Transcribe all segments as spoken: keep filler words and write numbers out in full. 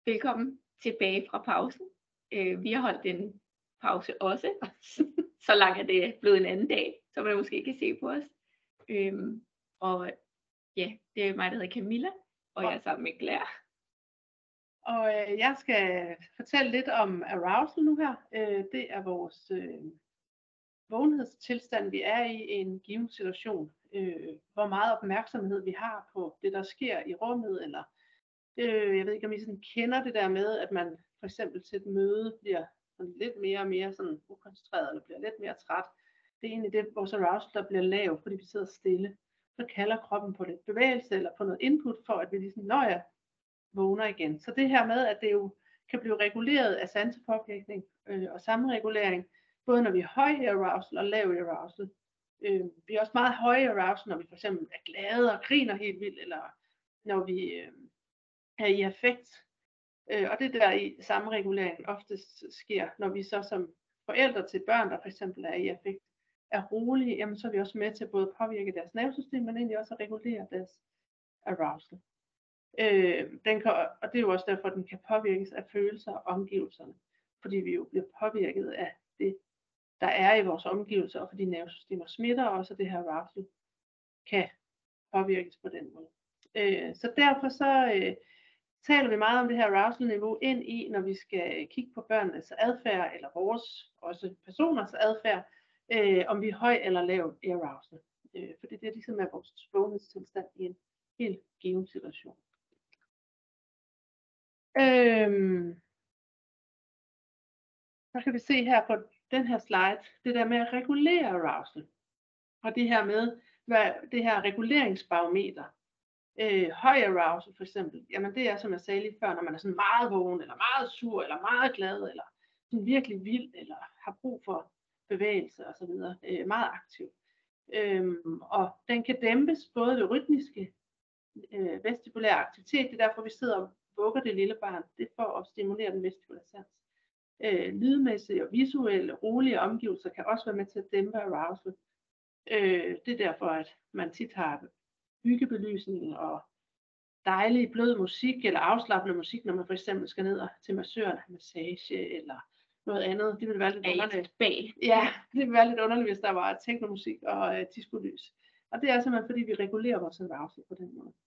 Velkommen tilbage fra pausen. Øh, vi har holdt en pause også, så langt er det blevet en anden dag, så man måske kan se på os. Øhm, og ja, det er mig, der hedder Camilla, og jeg er sammen med Claire. Og øh, jeg skal fortælle lidt om arousal nu her. Øh, det er vores øh, vågenhedstilstand, vi er i i en given situation. Øh, hvor meget opmærksomhed vi har på det, der sker i rummet, eller øh, jeg ved ikke, om I sådan kender det der med, at man for eksempel til et møde bliver sådan lidt mere og mere sådan ukoncentreret, eller bliver lidt mere træt. Det er egentlig det, vores arousal, der bliver lav, fordi vi sidder stille. Så kalder kroppen på lidt bevægelse, eller på noget input, for at vi ligesom, når jeg vågner igen. Så det her med, at det jo kan blive reguleret af sansepåvirkning øh, og samregulering, både når vi er høj i arousal og lav i arousal. Øh, vi er også meget høje i arousal, når vi for eksempel er glade og griner helt vildt, eller når vi øh, er i affekt. Øh, og det der i samreguleringen oftest sker, når vi så som forældre til børn, der for eksempel er i affekt, er rolige, jamen så er vi også med til både at påvirke deres nervesystem, men egentlig også at regulere deres arousal. Øh, den kan, og det er jo også derfor, at den kan påvirkes af følelser og omgivelserne, fordi vi jo bliver påvirket af det, der er i vores omgivelser, og fordi nervesystemer smitter, og også det her arousal kan påvirkes på den måde. Øh, så derfor så øh, taler vi meget om det her arousal-niveau ind i, når vi skal kigge på børnenes adfærd, eller vores, også personers adfærd, øh, om vi er høj eller lav i arousal. Øh, for det er ligesom er vores vågenhedstilstand i en helt given situation. Øhm, så kan vi se her på den her slide, det der med at regulere arousal. Og det her med, hvad det her reguleringsbarometer. Øh, høj arousal for eksempel, jamen det er, som jeg sagde lige før, når man er sådan meget vågen, eller meget sur, eller meget glad, eller sådan virkelig vild, eller har brug for bevægelse osv. Øh, meget aktiv. Øhm, og den kan dæmpes både ved rytmiske øh, vestibulære aktivitet, det er derfor vi sidder og vugger det lille barn, det er for at stimulere den vestibulære sans. Øh, lydmæssige og visuelle, rolige omgivelser kan også være med til at dæmpe arousal. Øh, det er derfor, at man tit har byggebelysning og dejlig blød musik eller afslappende musik, når man for eksempel skal ned til massøren have massage eller noget andet. Det ville være lidt underligt. Ja, det ville være lidt underligt, hvis der var teknomusik og øh, diskolys. Og det er simpelthen fordi vi regulerer vores arousal på den måde.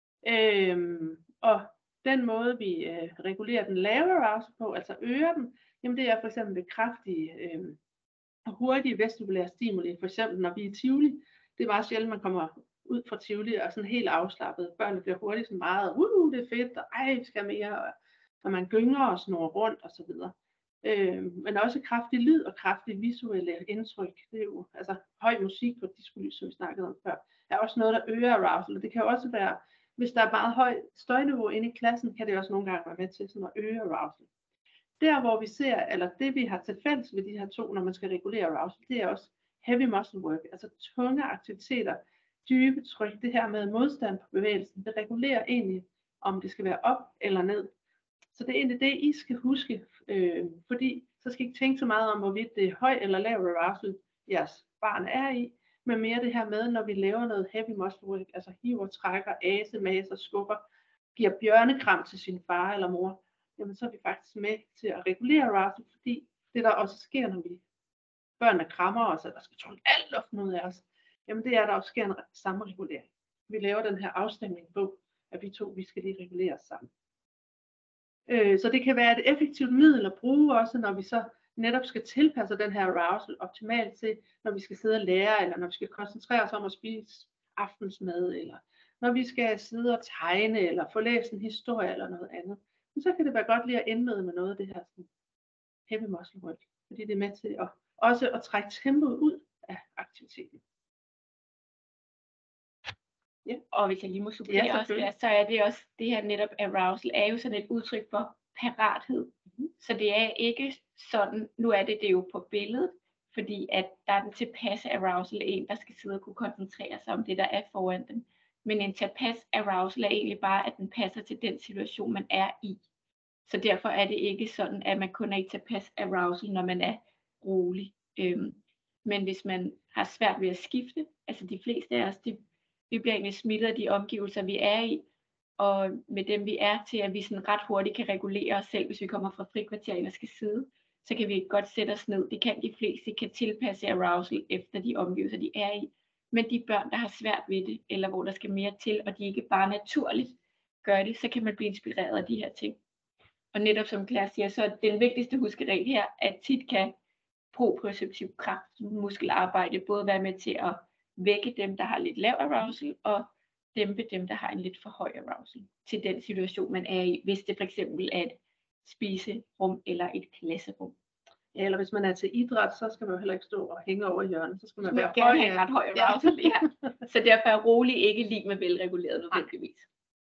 Øhm, og den måde vi øh, regulerer den lave arousal på, altså øger den, jamen det er for eksempel ved kraftige øh, og hurtige vestibulære stimuli. For eksempel når vi er i Tivoli, det er meget sjældent man kommer ud fra Tivoli og sådan helt afslappet. Børnene bliver hurtigt sådan meget, uh, det er fedt, og ej, vi skal mere, og, og man gynger og snurrer rundt og så videre. Øh, men også kraftig lyd og kraftige visuelle indtryk. Det er jo altså høj musik på diskolys, som vi snakkede om før, er også noget, der øger arousal. Og det kan jo også være, hvis der er meget højt støjniveau inde i klassen, kan det også nogle gange være med til sådan at øge arousal. Der hvor vi ser, eller det vi har til fælles ved de her to, når man skal regulere arousal, det er også heavy muscle work, altså tunge aktiviteter, dybe tryk, det her med modstand på bevægelsen, det regulerer egentlig, om det skal være op eller ned. Så det er egentlig det, I skal huske, øh, fordi så skal I ikke tænke så meget om, hvorvidt det er høj eller lav arousal, jeres barn er i, men mere det her med, når vi laver noget heavy muscle work, altså hiver, trækker, ase, maser, skubber, giver bjørnekram til sin far eller mor, jamen så er vi faktisk med til at regulere arousal, fordi det der også sker, når vi børnene krammer os, eller skal trykke alt luften ud af os, jamen det er, der også sker en samme regulering. Vi laver den her afstemning på, at vi to, vi skal lige regulere os sammen. Øh, så det kan være et effektivt middel at bruge også, når vi så netop skal tilpasse den her arousal optimalt til, når vi skal sidde og lære, eller når vi skal koncentrere os om at spise aftensmad, eller når vi skal sidde og tegne, eller få læst en historie, eller noget andet. Men så kan det være godt lige at indlede med noget af det her sådan, heavy muscle work, fordi det er med til at, også at trække tempoet ud af aktiviteten. Ja. Og hvis jeg lige må supplere ja, også der, så er det også, det her netop arousal er jo sådan et udtryk for parathed. Mm-hmm. Så det er ikke sådan, nu er det det jo på billedet, fordi at der er den tilpasse arousal en, der skal sidde og kunne koncentrere sig om det, der er foran dem. Men en tilpas arousal er egentlig bare, at den passer til den situation, man er i. Så derfor er det ikke sådan, at man kun er i tilpas arousal, når man er rolig. Øhm, men hvis man har svært ved at skifte, altså de fleste af os, de, vi bliver egentlig smittet af de omgivelser, vi er i. og med dem vi er til, at vi sådan ret hurtigt kan regulere os selv, hvis vi kommer fra frikvarter og skal sidde, så kan vi godt sætte os ned. Det kan de fleste, kan tilpasse arousal efter de omgivelser, de er i. Men de børn, der har svært ved det, eller hvor der skal mere til, og de ikke bare naturligt gør det, så kan man blive inspireret af de her ting. Og netop som Claire siger, så er den vigtigste huskeregel her, at tit kan proprioceptiv kraft, muskelarbejde, både være med til at vække dem, der har lidt lav arousal, og dæmpe dem, der har en lidt for høj arousal, til den situation, man er i, hvis det for eksempel er et spiserum eller et klasserum. Ja, eller hvis man er til idræt, så skal man jo heller ikke stå og hænge over hjørnet, så skal man, man være gerne have en ret høj arousal, ja. Så derfor er rolig ikke lig med velreguleret nødvendigvis.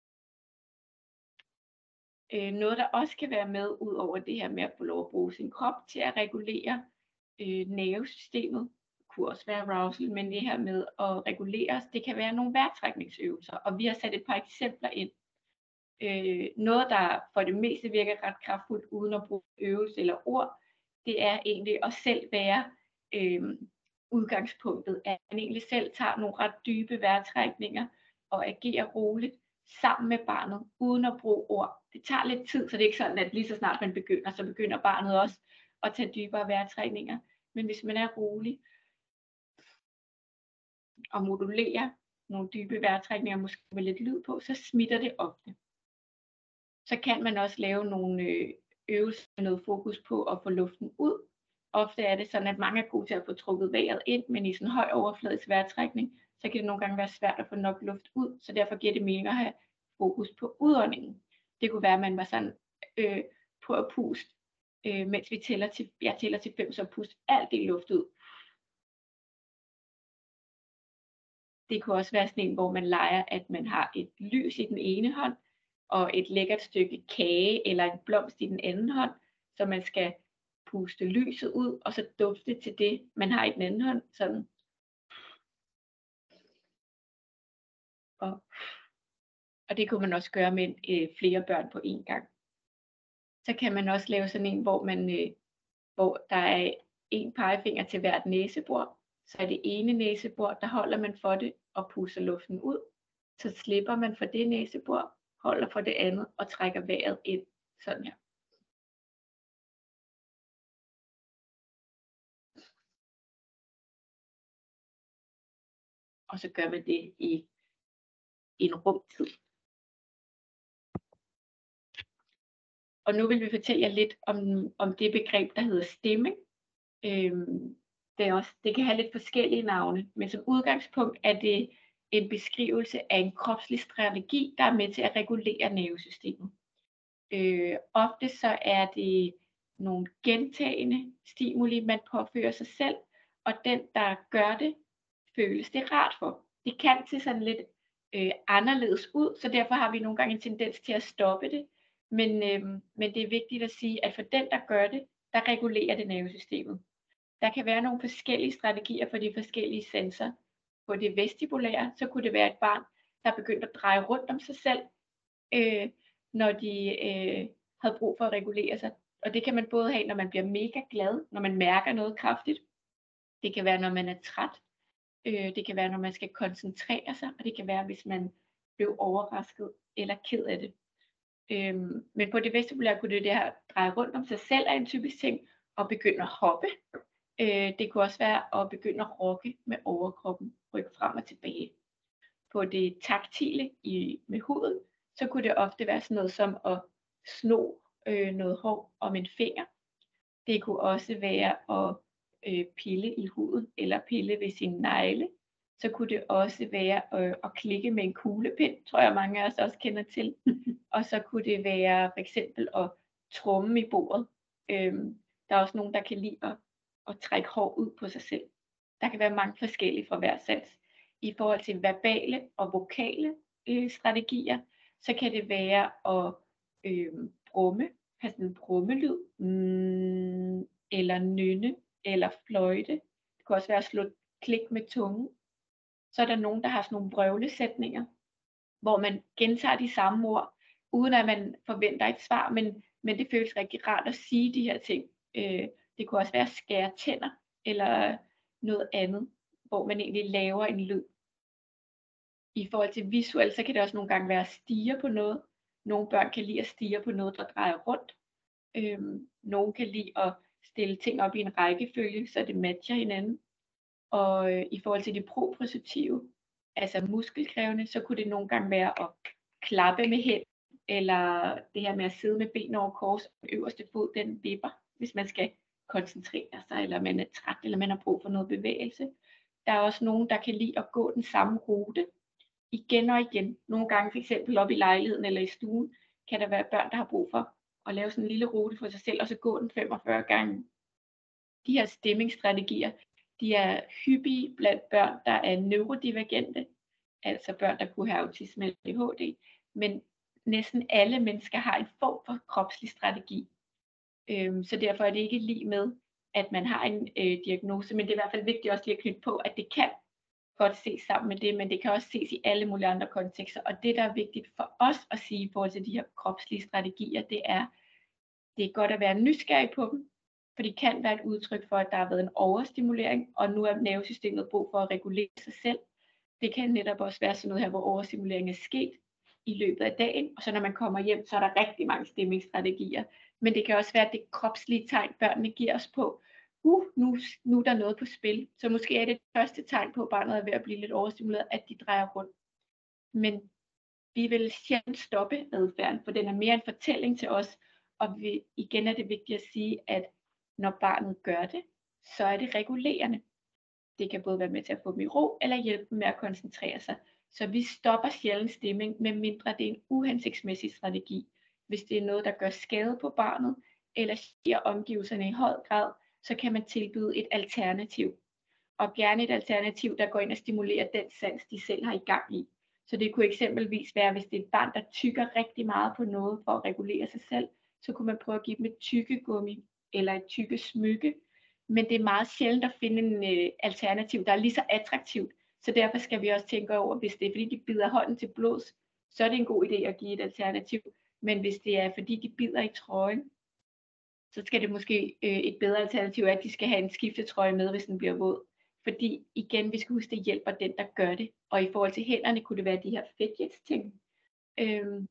Øh, noget, der også kan være med, ud over det her med at få lov at bruge sin krop til at regulere øh, nervesystemet, kunne også være arousal, men det her med at regulere os, det kan være nogle vejrtrækningsøvelser, og vi har sat et par eksempler ind. Øh, noget, der for det meste virker ret kraftfuldt, uden at bruge øvelse eller ord, det er egentlig at selv være øh, udgangspunktet, at man egentlig selv tager nogle ret dybe vejrtrækninger og agerer roligt sammen med barnet, uden at bruge ord. Det tager lidt tid, så det er ikke sådan, at lige så snart man begynder, så begynder barnet også at tage dybere vejrtrækninger. Men hvis man er rolig og modulerer nogle dybe vejrtrækninger, måske med lidt lyd på, så smitter det ofte. Så kan man også lave nogle øvelser med noget fokus på at få luften ud. Ofte er det sådan, at mange er gode til at få trukket vejret ind, men i sådan en høj overfladisk vejrtrækning, så kan det nogle gange være svært at få nok luft ud, så derfor giver det mening at have fokus på udåndingen. Det kunne være, at man var sådan, øh, på at puste, øh, mens vi tæller til, jeg tæller til fem, så puste alt det luft ud. Det kunne også være sådan en, hvor man leger, at man har et lys i den ene hånd, og et lækkert stykke kage eller en blomst i den anden hånd, så man skal puste lyset ud, og så dufte til det, man har i den anden hånd, sådan. Og, og det kunne man også gøre med øh, flere børn på én gang. Så kan man også lave sådan en, hvor, man, øh, hvor der er en pegefinger til hvert næsebor, så er det ene næsebor, der holder man for det og puster luften ud, så slipper man for det næsebor, holder for det andet og trækker vejret ind, sådan her. Og så gør man det i en rumtid. Og nu vil vi fortælle jer lidt om, om det begreb, der hedder stemme. Øhm, det, er også, det kan have lidt forskellige navne, men som udgangspunkt er det en beskrivelse af en kropslig strategi, der er med til at regulere nervesystemet. Øh, ofte så er det nogle gentagende stimuli, man påfører sig selv, og den, der gør det, føles det rart for. Det kan se sådan lidt øh, anderledes ud, så derfor har vi nogle gange en tendens til at stoppe det. Men, øh, men det er vigtigt at sige, at for den, der gør det, der regulerer det nervesystemet. Der kan være nogle forskellige strategier for de forskellige sensorer. På det vestibulære, så kunne det være et barn, der begyndte at dreje rundt om sig selv, øh, når de øh, havde brug for at regulere sig. Og det kan man både have, når man bliver mega glad, når man mærker noget kraftigt. Det kan være, når man er træt. Øh, det kan være, når man skal koncentrere sig. Og det kan være, hvis man blev overrasket eller ked af det. Øh, men på det vestibulære kunne det der dreje rundt om sig selv er en typisk ting. Og begynde at hoppe. Øh, det kunne også være at begynde at rokke med overkroppen. Rykke frem og tilbage. På det taktile i, med huden, så kunne det ofte være sådan noget som at sno øh, noget hår om en finger. Det kunne også være at øh, pille i huden eller pille ved sin negle. Så kunne det også være øh, at klikke med en kuglepind, tror jeg mange af os også kender til. Og så kunne det være for eksempel at tromme i bordet. Øhm, der er også nogen, der kan lide at, at trække hår ud på sig selv. Der kan være mange forskellige fra hver sans. I forhold til verbale og vokale øh, strategier, så kan det være at øh, brumme, have sådan en brummelyd, mm, eller nynne, eller fløjte. Det kan også være at slå klik med tungen. Så er der nogen, der har sådan nogle vrøvlesætninger, hvor man gentager de samme ord, uden at man forventer et svar, men, men det føles rigtig rart at sige de her ting. Øh, det kunne også være at skære tænder, eller noget andet, hvor man egentlig laver en lyd. I forhold til visuelt, så kan det også nogle gange være at stirre på noget. Nogle børn kan lide at stirre på noget, der drejer rundt. Øhm, nogle kan lide at stille ting op i en rækkefølge, så det matcher hinanden. Og øh, i forhold til de proprioceptive, altså muskelkrævende, så kunne det nogle gange være at klappe med hænd, eller det her med at sidde med benene over kors, og den øverste fod, den vipper, hvis man skal koncentrere sig, eller man er træt, eller man har brug for noget bevægelse. Der er også nogen, der kan lide at gå den samme rute, igen og igen. Nogle gange for eksempel op i lejligheden eller i stuen, kan der være børn, der har brug for at lave sådan en lille rute for sig selv, og så gå den femogfyrre gange. De her stemmingsstrategier, de er hyppige blandt børn, der er neurodivergente, altså børn, der kunne have autisme eller A D H D, men næsten alle mennesker har en form for kropslig strategi. Øhm, så derfor er det ikke lige med, at man har en øh, diagnose, men det er i hvert fald vigtigt også lige at knytte på, at det kan godt ses sammen med det, men det kan også ses i alle mulige andre kontekster. Og det, der er vigtigt for os at sige i forhold til de her kropslige strategier, det er, det er godt at være nysgerrig på dem, for det kan være et udtryk for, at der har været en overstimulering, og nu er nervesystemet brug for at regulere sig selv. Det kan netop også være sådan noget her, hvor overstimulering er sket i løbet af dagen, og så når man kommer hjem, så er der rigtig mange stemmingsstrategier. Men det kan også være, at det kropslige tegn, børnene giver os på, uh, nu, nu er der noget på spil. Så måske er det det første tegn på, at barnet er ved at blive lidt overstimuleret, at de drejer rundt. Men vi vil sjældent stoppe adfærden, for den er mere en fortælling til os, og vi, igen er det vigtigt at sige, at når barnet gør det, så er det regulerende. Det kan både være med til at få dem i ro, eller hjælpe dem med at koncentrere sig. Så vi stopper sjældent stemning, medmindre det er en uhensigtsmæssig strategi. Hvis det er noget, der gør skade på barnet, eller siger omgivelserne i høj grad, så kan man tilbyde et alternativ. Og gerne et alternativ, der går ind og stimulerer den sans, de selv har i gang i. Så det kunne eksempelvis være, hvis det er et barn, der tykker rigtig meget på noget for at regulere sig selv, så kunne man prøve at give dem et tykkegummi eller et tykke smykke. Men det er meget sjældent at finde en øh, alternativ, der er lige så attraktivt. Så derfor skal vi også tænke over, hvis det er fordi, de bider hånden til blods, så er det en god idé at give et alternativ. Men hvis det er fordi, de bider i trøjen, så skal det måske øh, et bedre alternativ, at de skal have en skiftetrøje med, hvis den bliver våd. Fordi igen, vi skal huske, det hjælper den, der gør det. Og i forhold til hænderne, kunne det være de her fidgets ting. Øhm,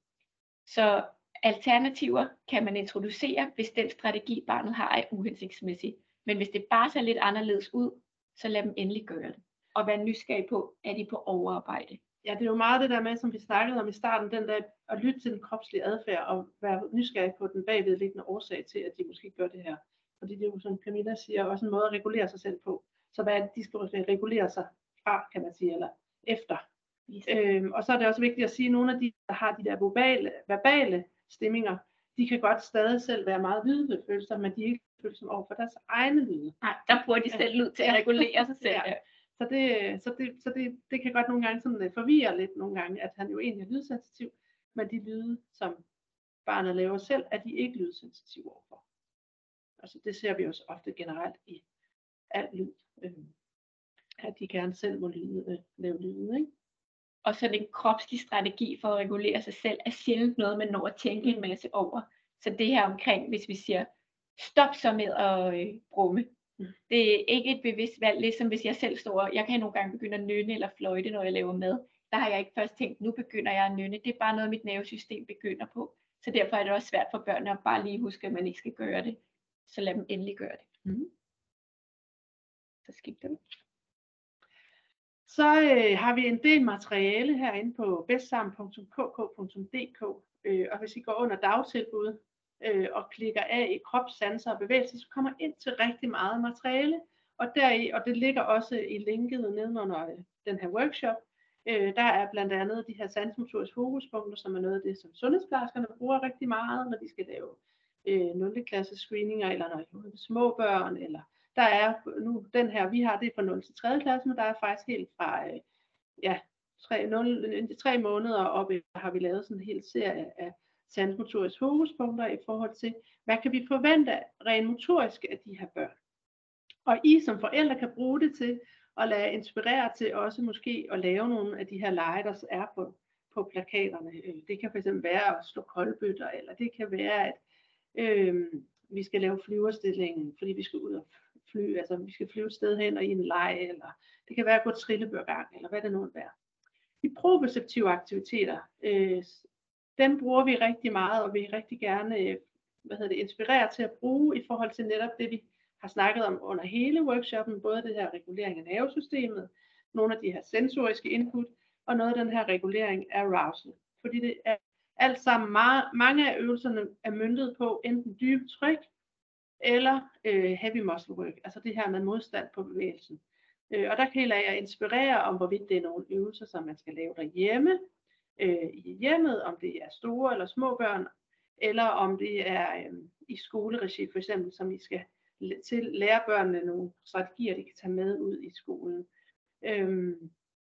så alternativer kan man introducere, hvis den strategi, barnet har, er uhensigtsmæssig. Men hvis det bare ser lidt anderledes ud, så lad dem endelig gøre det. Og være nysgerrig på, er de på overarbejde. Ja, det er jo meget det der med, som vi snakkede om i starten, den der at lytte til den kropslige adfærd, og være nysgerrig på den bagvedliggende årsag til, at de måske gør det her. Fordi det er jo, som Camilla siger, også en måde at regulere sig selv på. Så hvad er det, de skal regulere sig fra, kan man sige, eller efter. Yes. Øhm, og så er det også vigtigt at sige, at nogle af de, der har de der verbale, verbale stemminger, de kan godt stadig selv være meget lydfølsomme, men de er ikke følsomme over for deres egne lyde. Nej, der bruger de selv lyd til at regulere sig selv. Ja. Så, det, så, det, så det, det kan godt nogle gange sådan forvirre lidt nogle gange, at han jo egentlig er lydsensitiv, men de lyde, som barnet laver selv, er de ikke lydsensitive overfor. Altså det ser vi også ofte generelt i alt lyd, øh, at de gerne selv må lyde, øh, lave lyde, ikke? Og så den kropslige strategi for at regulere sig selv er sjældent noget, man når at tænke en masse over. Så det her omkring, hvis vi siger, stop så med at øh, brumme. Mm. Det er ikke et bevidst valg, ligesom hvis jeg selv står, jeg kan nogle gange begynde at nynne eller fløjte, når jeg laver mad. Der har jeg ikke først tænkt, nu begynder jeg at nynne. Det er bare noget, mit nervesystem begynder på. Så derfor er det også svært for børnene at bare lige huske, at man ikke skal gøre det. Så lad dem endelig gøre det. Mm. Så skib dem. Så øh, har vi en del materiale herinde på bedstsammen punktum k k punktum d k, øh, og hvis I går under dagtilbud øh, og klikker af i krop, sanser og bevægelse, så kommer ind til rigtig meget materiale, og deri, og det ligger også i linket nedenunder øh, den her workshop. Øh, der er blandt andet de her sansmotoriske fokuspunkter, som er noget af det, som sundhedsplejerskerne bruger rigtig meget, når de skal lave øh, nul klasse screeninger, eller når de er små børn, eller der er nu den her, vi har det fra nul til tredje klasse, men der er faktisk helt fra øh, ja, tre, nul, tre måneder op, har vi lavet sådan en hel serie af sansmotoriske fokuspunkter i forhold til, hvad kan vi forvente rent motorisk af de her børn. Og I som forældre kan bruge det til at lade inspirere til også måske at lave nogle af de her lege, der er på, på plakaterne. Det kan fx være at slå koldbøtter, eller det kan være, at øh, vi skal lave flyverstillingen, fordi vi skal ud og fly, altså vi skal flyve et sted hen og i en leg, eller det kan være at gå trillebørgang, eller hvad det nu er. De proprioceptive aktiviteter, øh, dem bruger vi rigtig meget, og vi rigtig gerne øh, hvad hedder det, inspirere til at bruge i forhold til netop det, vi har snakket om under hele workshoppen, både det her regulering af nervesystemet, nogle af de her sensoriske input, og noget af den her regulering af arousal. Fordi det er alt sammen, meget, mange af øvelserne er møntet på enten dybe tryk, eller øh, heavy muscle work, altså det her med modstand på bevægelsen. Øh, og der kan jeg inspirere om, hvorvidt det er nogle øvelser, som man skal lave derhjemme, øh, i hjemmet, om det er store eller små børn, eller om det er øh, i skoleregi for eksempel, som I skal til lære børnene nogle strategier, de kan tage med ud i skolen. Øhm,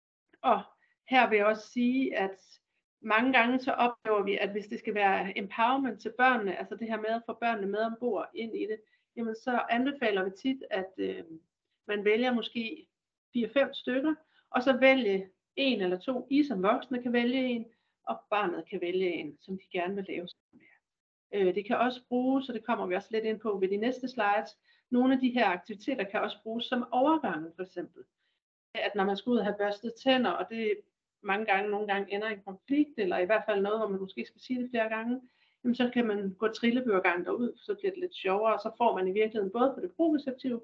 og her vil jeg også sige, at mange gange så oplever vi, at hvis det skal være empowerment til børnene, altså det her med at få børnene med ombord ind i det, jamen så anbefaler vi tit, at øh, man vælger måske fire fem stykker, og så vælge en eller to. I som voksne kan vælge en, og barnet kan vælge en, som de gerne vil lave sammen med. Øh, det kan også bruges, så det kommer vi også lidt ind på ved de næste slides. Nogle af de her aktiviteter kan også bruges som overgangen for eksempel. At når man skal ud og have børstet tænder, og det mange gange, nogle gange ender i en konflikt, eller i hvert fald noget, hvor man måske skal sige det flere gange, jamen så kan man gå trillebørgang derud, så bliver det lidt sjovere, og så får man i virkeligheden både på det proprioceptive,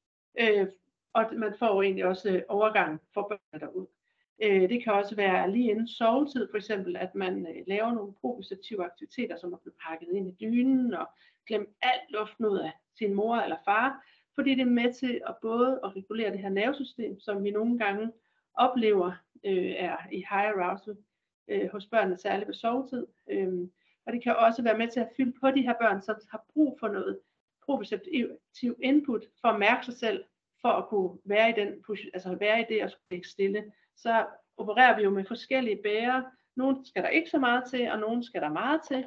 øh, og man får egentlig også overgang for børnene derud. Øh, det kan også være lige inden sovetid, for eksempel, at man øh, laver nogle proprioceptive aktiviteter, som er blevet pakket ind i dynen, og glemme alt luften ud af sin mor eller far, fordi det er med til at både at regulere det her nervesystem, som vi nogle gange oplever øh, er i high arousal øh, hos børnene, særligt ved sovetid. Øh, og det kan også være med til at fylde på de her børn, som har brug for noget proprioceptiv input, for at mærke sig selv, for at kunne være i, den, altså være i det og skulle ligge stille. Så opererer vi jo med forskellige bærer. Nogle skal der ikke så meget til, og nogle skal der meget til,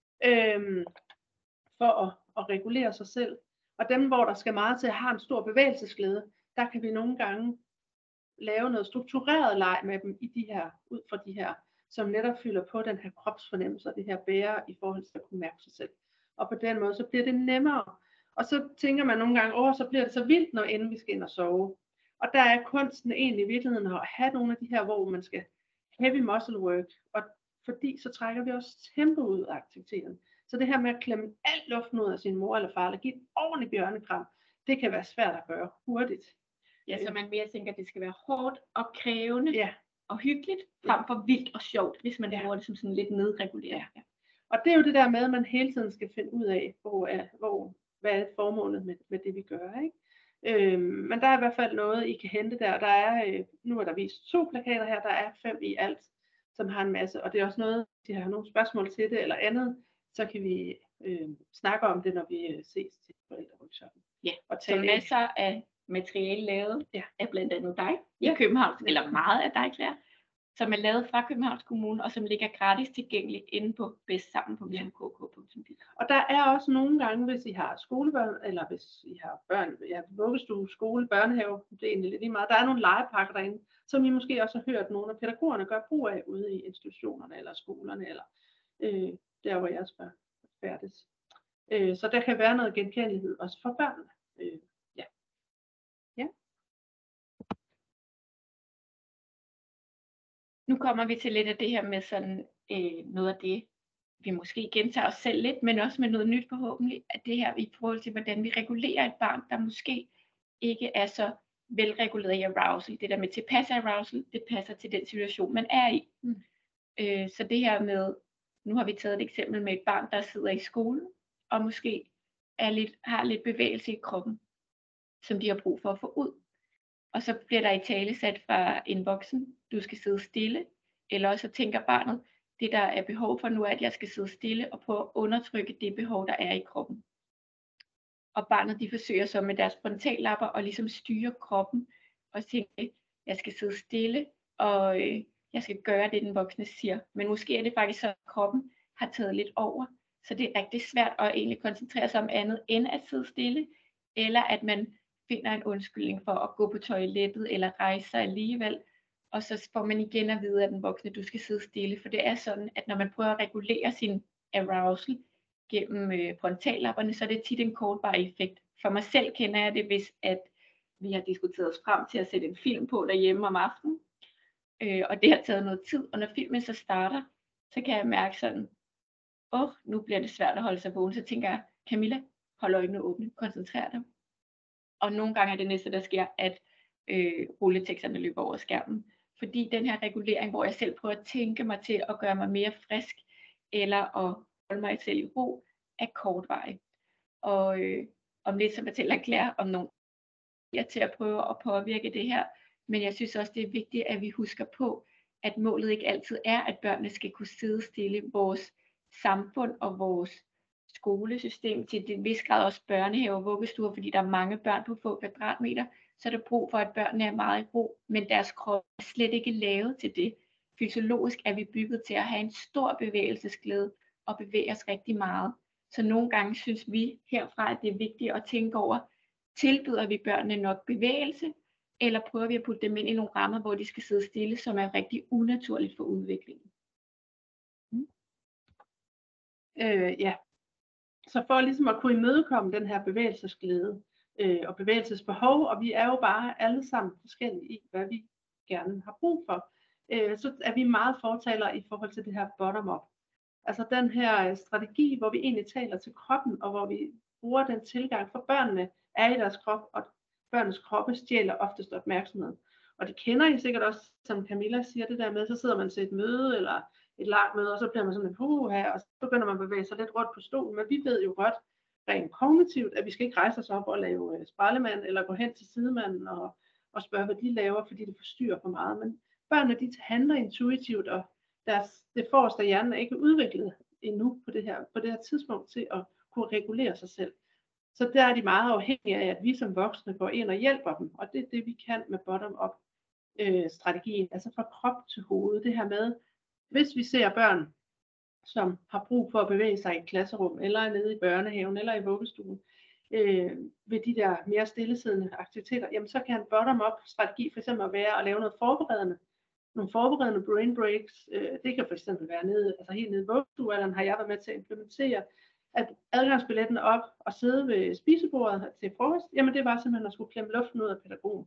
øh, for at, at regulere sig selv. Og dem, hvor der skal meget til at have en stor bevægelsesglæde, der kan vi nogle gange lave noget struktureret leg med dem i de her, ud fra de her, som netop fylder på den her kropsfornemmelse og det her bære i forhold til at kunne mærke sig selv. Og på den måde, så bliver det nemmere. Og så tænker man nogle gange, åh, så bliver det så vildt, når inden vi skal ind og sove. Og der er kunsten egentlig i virkeligheden at have nogle af de her, hvor man skal heavy muscle work, og fordi så trækker vi også tempo ud af aktiviteten. Så det her med at klemme alt luften ud af sin mor eller far, eller give et ordentligt bjørnekram, det kan være svært at gøre hurtigt. Ja, så man mere tænker, at det skal være hårdt og krævende, ja, og hyggeligt, frem for vildt og sjovt, hvis man ja. bruger det som sådan lidt nedreguleret. Ja. Og det er jo det der med, at man hele tiden skal finde ud af, hvor er, hvor, hvad er formålet med, med det, vi gør. Ikke? Øhm, men der er i hvert fald noget, I kan hente der. Der er, øh, nu er der vist to plakater her, der er fem i alt, som har en masse. Og det er også noget, hvis I har nogle spørgsmål til det eller andet, så kan vi øh, snakke om det, når vi øh, ses til forældreworkshoppen. Ja, og så masser af materiale lavet ja. af blandt andet dig i ja. København, eller meget af dig, Claire, som er lavet fra Københavns Kommune, og som ligger gratis tilgængeligt inde på bedstsammen punktum k k punktum d k. Og der er også nogle gange, hvis I har skolebørn, eller hvis I har børn, ja, vuggestue, skole, børnehave, det er egentlig lidt lige meget, der er nogle legepakker derinde, som I måske også har hørt nogle af pædagogerne gøre brug af ude i institutionerne, eller skolerne, eller øh, der, hvor jeres børn færdes. Øh, så der kan være noget genkendelighed også for børnene. Øh, ja. Ja. Nu kommer vi til lidt af det her med sådan øh, noget af det, vi måske gentager os selv lidt, men også med noget nyt forhåbentlig, at det her i forhold til, hvordan vi regulerer et barn, der måske ikke er så velreguleret i arousal. Det der med tilpas arousal, det passer til den situation, man er i. Mm. Øh, så det her med, nu har vi taget et eksempel med et barn, der sidder i skolen, og måske er lidt, har lidt bevægelse i kroppen, som de har brug for at få ud. Og så bliver der i tale sat fra en voksen, du skal sidde stille, eller også tænker barnet, det der er behov for nu er, at jeg skal sidde stille og prøve at undertrykke det behov, der er i kroppen. Og barnet, de forsøger så med deres frontallapper at ligesom styre kroppen, og tænke, jeg skal sidde stille, og øh, jeg skal gøre det, den voksne siger. Men måske er det faktisk så, at kroppen har taget lidt over, så det er rigtig svært at egentlig koncentrere sig om andet, end at sidde stille, eller at man finder en undskyldning for at gå på toilettet, eller rejse sig alligevel, og så får man igen at vide af den voksne, at du skal sidde stille, for det er sådan, at når man prøver at regulere sin arousal gennem øh, frontallapperne, så er det tit en kortvarig effekt. For mig selv kender jeg det, hvis at vi har diskuteret os frem til at sætte en film på derhjemme om aftenen, øh, og det har taget noget tid, og når filmen så starter, så kan jeg mærke sådan, åh, oh, nu bliver det svært at holde sig vågen, så tænker jeg, Camilla, hold øjnene åbne, koncentrer dig. Og nogle gange er det næste, der sker, at øh, rulleteksterne løber over skærmen. Fordi den her regulering, hvor jeg selv prøver at tænke mig til at gøre mig mere frisk, eller at holde mig selv i ro, er kortvarig. Og øh, om lidt så fortæller Claire om nogle jeg til at prøve at påvirke det her. Men jeg synes også, det er vigtigt, at vi husker på, at målet ikke altid er, at børnene skal kunne sidde stille. Vores samfund og vores skolesystem, til en vis grad også børnehaver og vuggestuer, fordi der er mange børn på få kvadratmeter, så er der brug for, at børnene er meget i ro, men deres krop er slet ikke lavet til det. Fysiologisk er vi bygget til at have en stor bevægelsesglæde og bevæge os rigtig meget. Så nogle gange synes vi herfra, at det er vigtigt at tænke over, tilbyder vi børnene nok bevægelse, eller prøver vi at putte dem ind i nogle rammer, hvor de skal sidde stille, som er rigtig unaturligt for udviklingen. Mm. Øh, ja. Så for ligesom at kunne imødekomme den her bevægelsesglæde øh, og bevægelsesbehov, og vi er jo bare alle sammen forskellige i, hvad vi gerne har brug for, øh, så er vi meget fortalere i forhold til det her bottom-up. Altså den her strategi, hvor vi egentlig taler til kroppen, og hvor vi bruger den tilgang, for børnene er i deres krop, og børnenes kroppe stjæler oftest opmærksomhed. Og det kender I sikkert også, som Camilla siger, det der med, så sidder man til et møde, eller et langt møde, og så bliver man sådan en puh her, og så begynder man at bevæge sig lidt rundt på stolen, men vi ved jo godt, rent kognitivt, at vi skal ikke rejse os op og lave uh, spejlemand, eller gå hen til sidemanden og, og spørge, hvad de laver, fordi det forstyrrer for meget. Men børnene, de handler intuitivt, og deres, det forreste af hjernen er ikke udviklet endnu på det, her, på det her tidspunkt til at kunne regulere sig selv. Så der er de meget afhængige af, at vi som voksne går ind og hjælper dem, og det er det, vi kan med bottom-up øh, strategien, altså fra krop til hoved. Det her med, hvis vi ser børn, som har brug for at bevæge sig i et klasserum, eller nede i børnehaven, eller i vuggestuen, øh, ved de der mere stillesiddende aktiviteter, jamen så kan en bottom-up strategi for eksempel være at lave noget forberedende, nogle forberedende brain breaks. Øh, det kan for eksempel være nede, altså helt nede i vuggestuealderen har jeg været med til at implementere, at adgangsbilletten op og sidde ved spisebordet til frokost, jamen det var simpelthen at skulle klemme luften ud af pædagogen.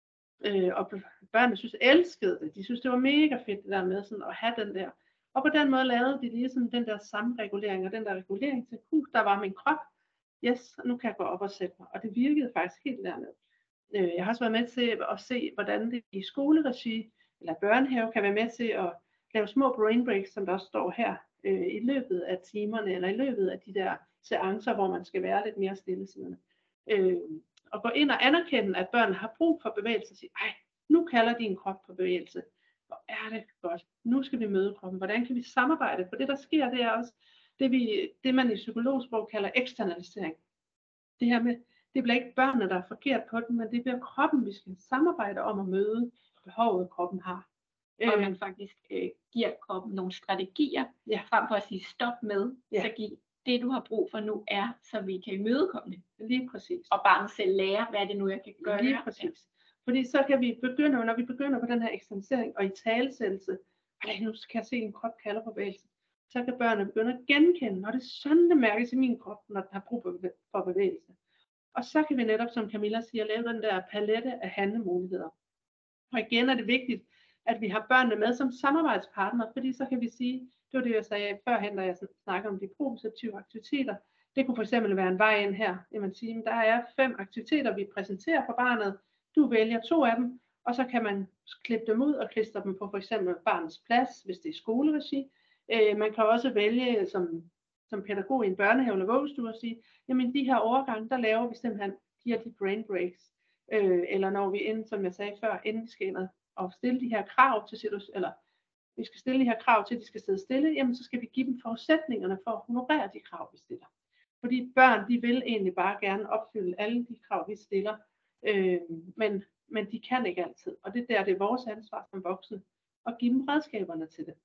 Øh, og børnene synes, elskede det. De synes, det var mega fedt det der med sådan at have den der. Og på den måde lavede de ligesom den der samregulering, og den der regulering til, uh, der var min krop. Yes, nu kan jeg gå op og sætte mig. Og det virkede faktisk helt dernede. Øh, jeg har også været med til at se, hvordan det i skoleregi, eller børnehave, kan være med til at lave små brain breaks, som der også står her, øh, i løbet af timerne, eller i løbet af de der seancer, hvor man skal være lidt mere stillesiddende. Øh, og gå ind og anerkende, at børn har brug for bevægelse, og sige, ej, nu kalder din krop på bevægelse. Hvor er det godt. Nu skal vi møde kroppen. Hvordan kan vi samarbejde? For det, der sker, det er også det, vi, det man i psykologsprog kalder eksternalisering. Det her med, det bliver ikke børnene, der er forkert på den, men det bliver kroppen, vi skal samarbejde om at møde behovet, kroppen har. Og man faktisk øh, giver kroppen nogle strategier, ja. Frem for at sige stop med, ja. Så giv det, du har brug for nu er, så vi kan imødekomme det. Lige præcis. Og barnet selv lære, hvad er det nu, jeg kan gøre. Lige præcis. Ja. Fordi så kan vi begynde, når vi begynder på den her ekstensering og i talesættelse, ej, nu kan jeg se, at en krop kalder på bevægelse, så kan børnene begynde at genkende, når det sådan det mærkes i min krop, når den har brug for bevægelse. Og så kan vi netop, som Camilla siger, lave den der palette af handlemuligheder. Og igen er det vigtigt, at vi har børnene med som samarbejdspartner, fordi så kan vi sige, det var det, jeg sagde førhen, da jeg snakkede om de propositive aktiviteter. Det kunne fx være en vej ind her. Jamen sige, der er fem aktiviteter, vi præsenterer for barnet. Du vælger to af dem, og så kan man klippe dem ud og klistre dem på for eksempel barnets plads, hvis det er skoleregi. Øh, man kan også vælge som, som pædagog i en børnehave eller vuggestue og sige, jamen de her overgange, der laver vi simpelthen de her de brain breaks. Øh, eller når vi ind, som jeg sagde før, inden vi skal ind og stille de her krav til situation, eller vi skal stille de her krav til, at de skal sidde stille, jamen så skal vi give dem forudsætningerne for at honorere de krav, vi stiller. Fordi børn, de vil egentlig bare gerne opfylde alle de krav, vi stiller, øh, men, men de kan ikke altid. Og det er der, det er vores ansvar som voksne, at give dem redskaberne til det.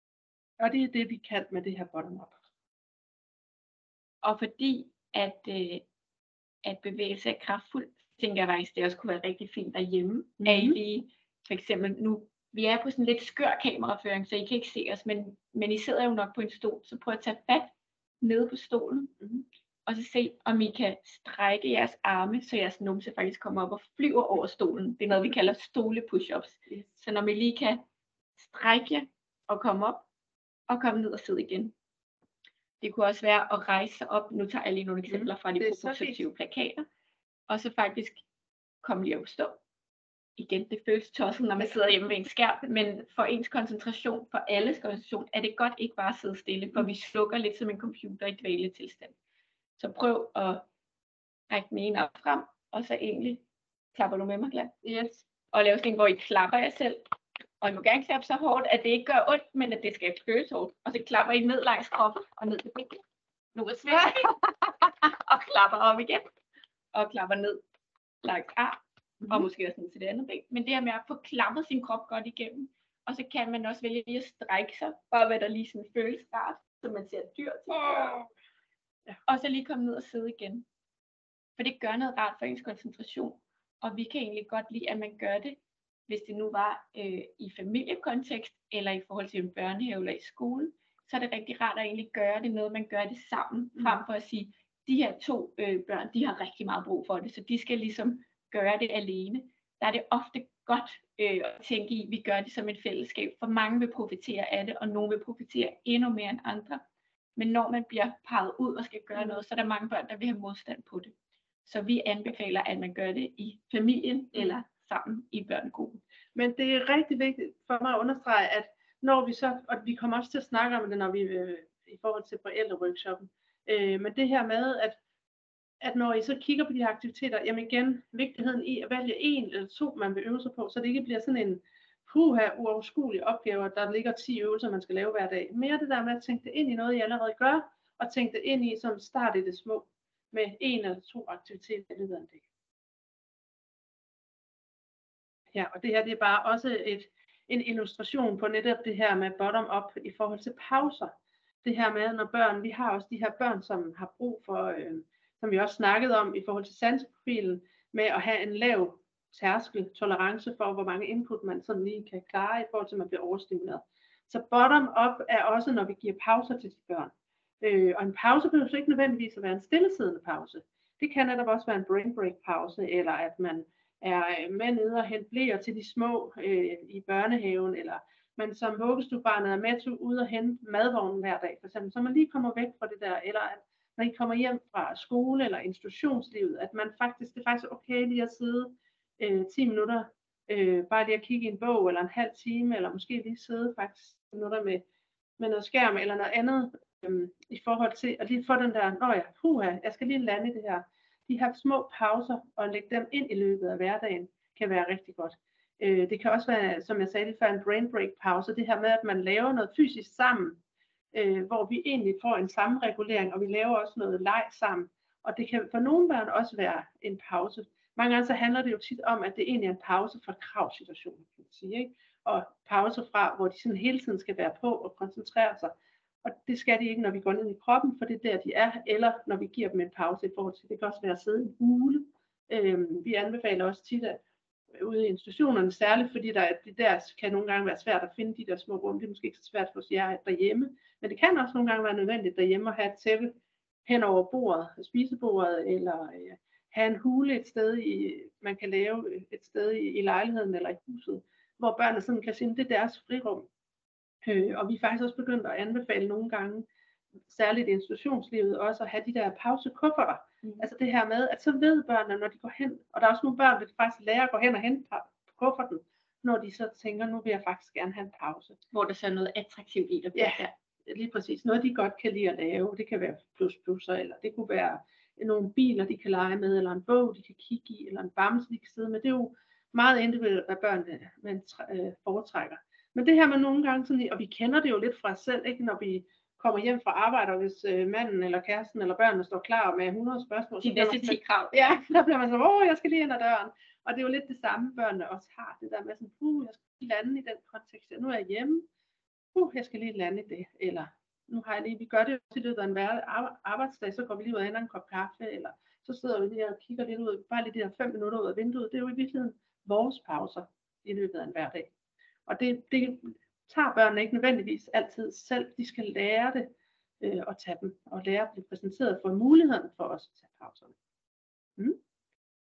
Og det er det, vi kan med det her bottom-up. Og fordi, at, øh, at bevægelse er kraftfuld, tænker jeg faktisk, det også kunne være rigtig fint derhjemme. Mm-hmm. At I lige, for eksempel nu, vi er på sådan lidt skør kameraføring, så I kan ikke se os, men, men I sidder jo nok på en stol, så prøv at tage fat nede på stolen, mm-hmm. og så se, om I kan strække jeres arme, så jeres numse faktisk kommer op og flyver over stolen. Det er noget, vi kalder stole push-ups. Yes. Så når vi lige kan strække jer og komme op, og komme ned og sidde igen. Det kunne også være at rejse sig op. Nu tager jeg lige nogle eksempler fra de proprioceptive plakater. Og så faktisk komme lige op og stå. Igen, det føles tosset, når man sidder hjemme ved en skærm, men for ens koncentration, for alles koncentration, er det godt ikke bare at sidde stille, for vi slukker lidt som en computer i dvæletilstand. Så prøv at række den ene op frem, og så egentlig klapper du med mig, Glenn. Yes. Og lave sådan en, hvor I klapper jer selv. Og I må gerne klappe så hårdt, at det ikke gør ondt, men at det skal føles hårdt. Og så klapper I ned langs kroppen, og ned til benene. Nu er svært. Og klapper op igen. Og klapper ned langs arm. Og måske også ned til det andet ben. Men det her med at få klappet sin krop godt igennem. Og så kan man også vælge lige at strække sig. Bare hvad der lige sådan føles rart. Så man ser dyr til. Ja. Og så lige komme ned og sidde igen. For det gør noget rart for ens koncentration. Og vi kan egentlig godt lide, at man gør det, hvis det nu var øh, i familiekontekst, eller i forhold til en børnehave eller i skole, så er det rigtig rart at egentlig gøre det noget, man gør det sammen, mm. frem for at sige, de her to øh, børn, de har rigtig meget brug for det, så de skal ligesom gøre det alene. Der er det ofte godt øh, at tænke i, at vi gør det som et fællesskab, for mange vil profitere af det, og nogle vil profitere endnu mere end andre. Men når man bliver peget ud og skal gøre noget, så er der mange børn, der vil have modstand på det. Så vi anbefaler, at man gør det i familien mm. eller sammen i børnegruppen. Men det er rigtig vigtigt for mig at understrege, at når vi så, og vi kommer også til at snakke om det, når vi øh, i forhold til forældreworkshoppen, øh, men det her med, at, at når I så kigger på de her aktiviteter, jamen igen, vigtigheden i at vælge en eller to, man vil øve sig på, så det ikke bliver sådan en puha uoverskuelig opgave, der ligger ti øvelser, man skal lave hver dag. Mere det der med at tænke det ind i noget, I allerede gør, og tænke det ind i som start i det små, med en eller to aktiviteter i løbet af en dag. Ja, og det her det er bare også et, en illustration på netop det her med bottom-up i forhold til pauser. Det her med, når børn, vi har også de her børn, som har brug for, øh, som vi også snakkede om i forhold til sanseprofilen, med at have en lav tærskel, tolerance for, hvor mange input man sådan lige kan klare i forhold til, at man bliver overstimuleret. Så bottom-up er også, når vi giver pauser til de børn. Øh, og en pause behøver så ikke nødvendigvis at være en stillesiddende pause. Det kan netop også være en brain break pause, eller at man er med nede og hente bleer til de små øh, i børnehaven, eller man som vuggestuebarnet er med til ude og hente madvognen hver dag, for eksempel, så man lige kommer væk fra det der, eller at når I kommer hjem fra skole eller institutionslivet, at man faktisk, det er faktisk okay lige at sidde øh, ti minutter, øh, bare lige at kigge i en bog, eller en halv time, eller måske lige sidde faktisk minutter med, med noget skærm, eller noget andet, øh, i forhold til at lige få den der, nå ja, puha, jeg skal lige lande i det her. De her små pauser, og lægge dem ind i løbet af hverdagen, kan være rigtig godt. Øh, det kan også være, som jeg sagde lige før, en brain break pause, det her med, at man laver noget fysisk sammen, øh, hvor vi egentlig får en sammenregulering, og vi laver også noget leg sammen. Og det kan for nogle børn også være en pause. Mange gange så handler det jo tit om, at det egentlig er en pause fra kravsituationen, kan man sige, ikke? Og pauser fra, hvor de sådan hele tiden skal være på og koncentrere sig. Og det skal de ikke, når vi går ned i kroppen, for det er der, de er, eller når vi giver dem en pause i forhold til, det kan også være at sidde i en hule. Øhm, vi anbefaler også tit, at ude i institutionerne, særligt fordi der, det der kan nogle gange være svært at finde de der små rum. Det er måske ikke så svært for jer derhjemme, men det kan også nogle gange være nødvendigt derhjemme at have et tæppe hen over bordet, spisebordet, eller øh, have en hule et sted, i, man kan lave et sted i, i lejligheden eller i huset, hvor børnene sådan kan sige, det er deres frirum. Øh, og vi er faktisk også begyndt at anbefale nogle gange, særligt i institutionslivet, også at have de der pausekufferter. Mm. Altså det her med, at så ved børnene, når de går hen, og der er også nogle børn, der faktisk lærer at gå hen og hente kufferten, når de så tænker, nu vil jeg faktisk gerne have en pause. Hvor der så er noget attraktivt i det. Ja, lige præcis. Noget de godt kan lide at lave. Det kan være plus-plusser, eller det kunne være nogle biler, de kan lege med, eller en bog, de kan kigge i, eller en bamse, de kan sidde med. Det er jo meget individuelt, hvad børnene man foretrækker. Men det her med nogle gange, sådan, og vi kender det jo lidt fra os selv, ikke, når vi kommer hjem fra arbejde, og hvis øh, manden eller kæresten eller børnene står klar med hundrede spørgsmål. De næste ti krav. Ja, der bliver man så, åh, jeg skal lige ind ad døren. Og det er jo lidt det samme, børnene også har. Det der med sådan, uh, jeg skal lige lande i den kontekst. Nu er jeg hjemme. Uh, jeg skal lige lande i det. Eller, nu har jeg lige, vi gør det jo i løbet af en arbejdsdag, så går vi lige ud og henter en kop kaffe, eller så sidder vi lige og kigger lidt ud, bare lige de her fem minutter ud af vinduet. Det er jo i virkeligheden vores pauser i løbet af en hverdag. Og det, det tager børnene ikke nødvendigvis altid selv. De skal lære det øh, at tage dem, og lære at blive præsenteret for muligheden for os at tage pauserne. Mm.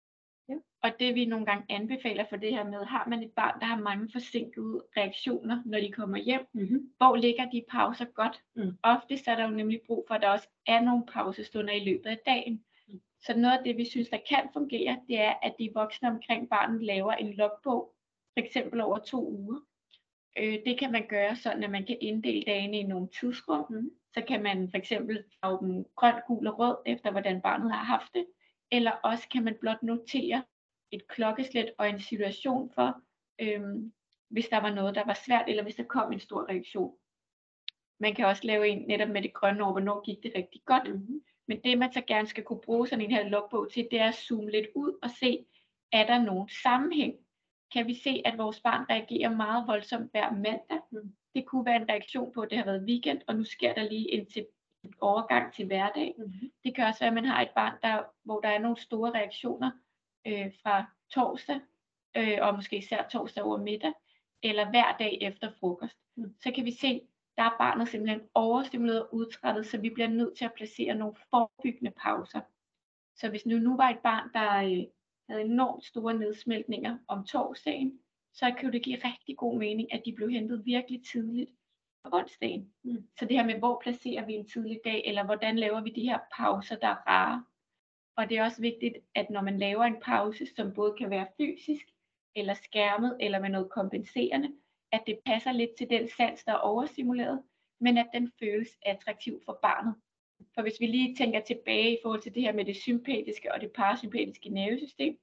Ja. Og det vi nogle gange anbefaler for det her med, har man et barn, der har mange forsinkede reaktioner, når de kommer hjem, mm-hmm. hvor ligger de pauser godt? Mm. Ofte er der jo nemlig brug for, at der også er nogle pausestunder i løbet af dagen. Mm. Så noget af det, vi synes, der kan fungere, det er, at de voksne omkring barnet laver en logbog, for eksempel over to uger. Øh, det kan man gøre sådan, at man kan inddele dagene i nogle tidsrum. Mm. Så kan man for eksempel farve dem grøn, gul og rød, efter hvordan barnet har haft det. Eller også kan man blot notere et klokkeslæt og en situation for, øhm, hvis der var noget, der var svært, eller hvis der kom en stor reaktion. Man kan også lave en netop med det grønne over, hvornår gik det rigtig godt. Mm-hmm. Men det, man så gerne skal kunne bruge sådan en her logbog til, det er at zoome lidt ud og se, er der nogen sammenhæng? Kan vi se, at vores barn reagerer meget voldsomt hver mandag? Mm. Det kunne være en reaktion på, at det har været weekend, og nu sker der lige en til overgang til hverdag. Mm-hmm. Det kan også være, at man har et barn, der, hvor der er nogle store reaktioner øh, fra torsdag, øh, og måske især torsdag over middag, eller hver dag efter frokost. Mm. Så kan vi se, der er barnet simpelthen overstimuleret og udtrættet, så vi bliver nødt til at placere nogle forebyggende pauser. Så hvis nu, nu var et barn, der øh, havde enormt store nedsmeltninger om torsdagen, så kan det give rigtig god mening, at de blev hentet virkelig tidligt på onsdagen. Mm. Så det her med, hvor placerer vi en tidlig dag, eller hvordan laver vi de her pauser, der er rare. Og det er også vigtigt, at når man laver en pause, som både kan være fysisk, eller skærmet, eller med noget kompenserende, at det passer lidt til den sans, der er overstimuleret, men at den føles attraktiv for barnet. For hvis vi lige tænker tilbage i forhold til det her med det sympatiske og det parasympatiske nervesystem,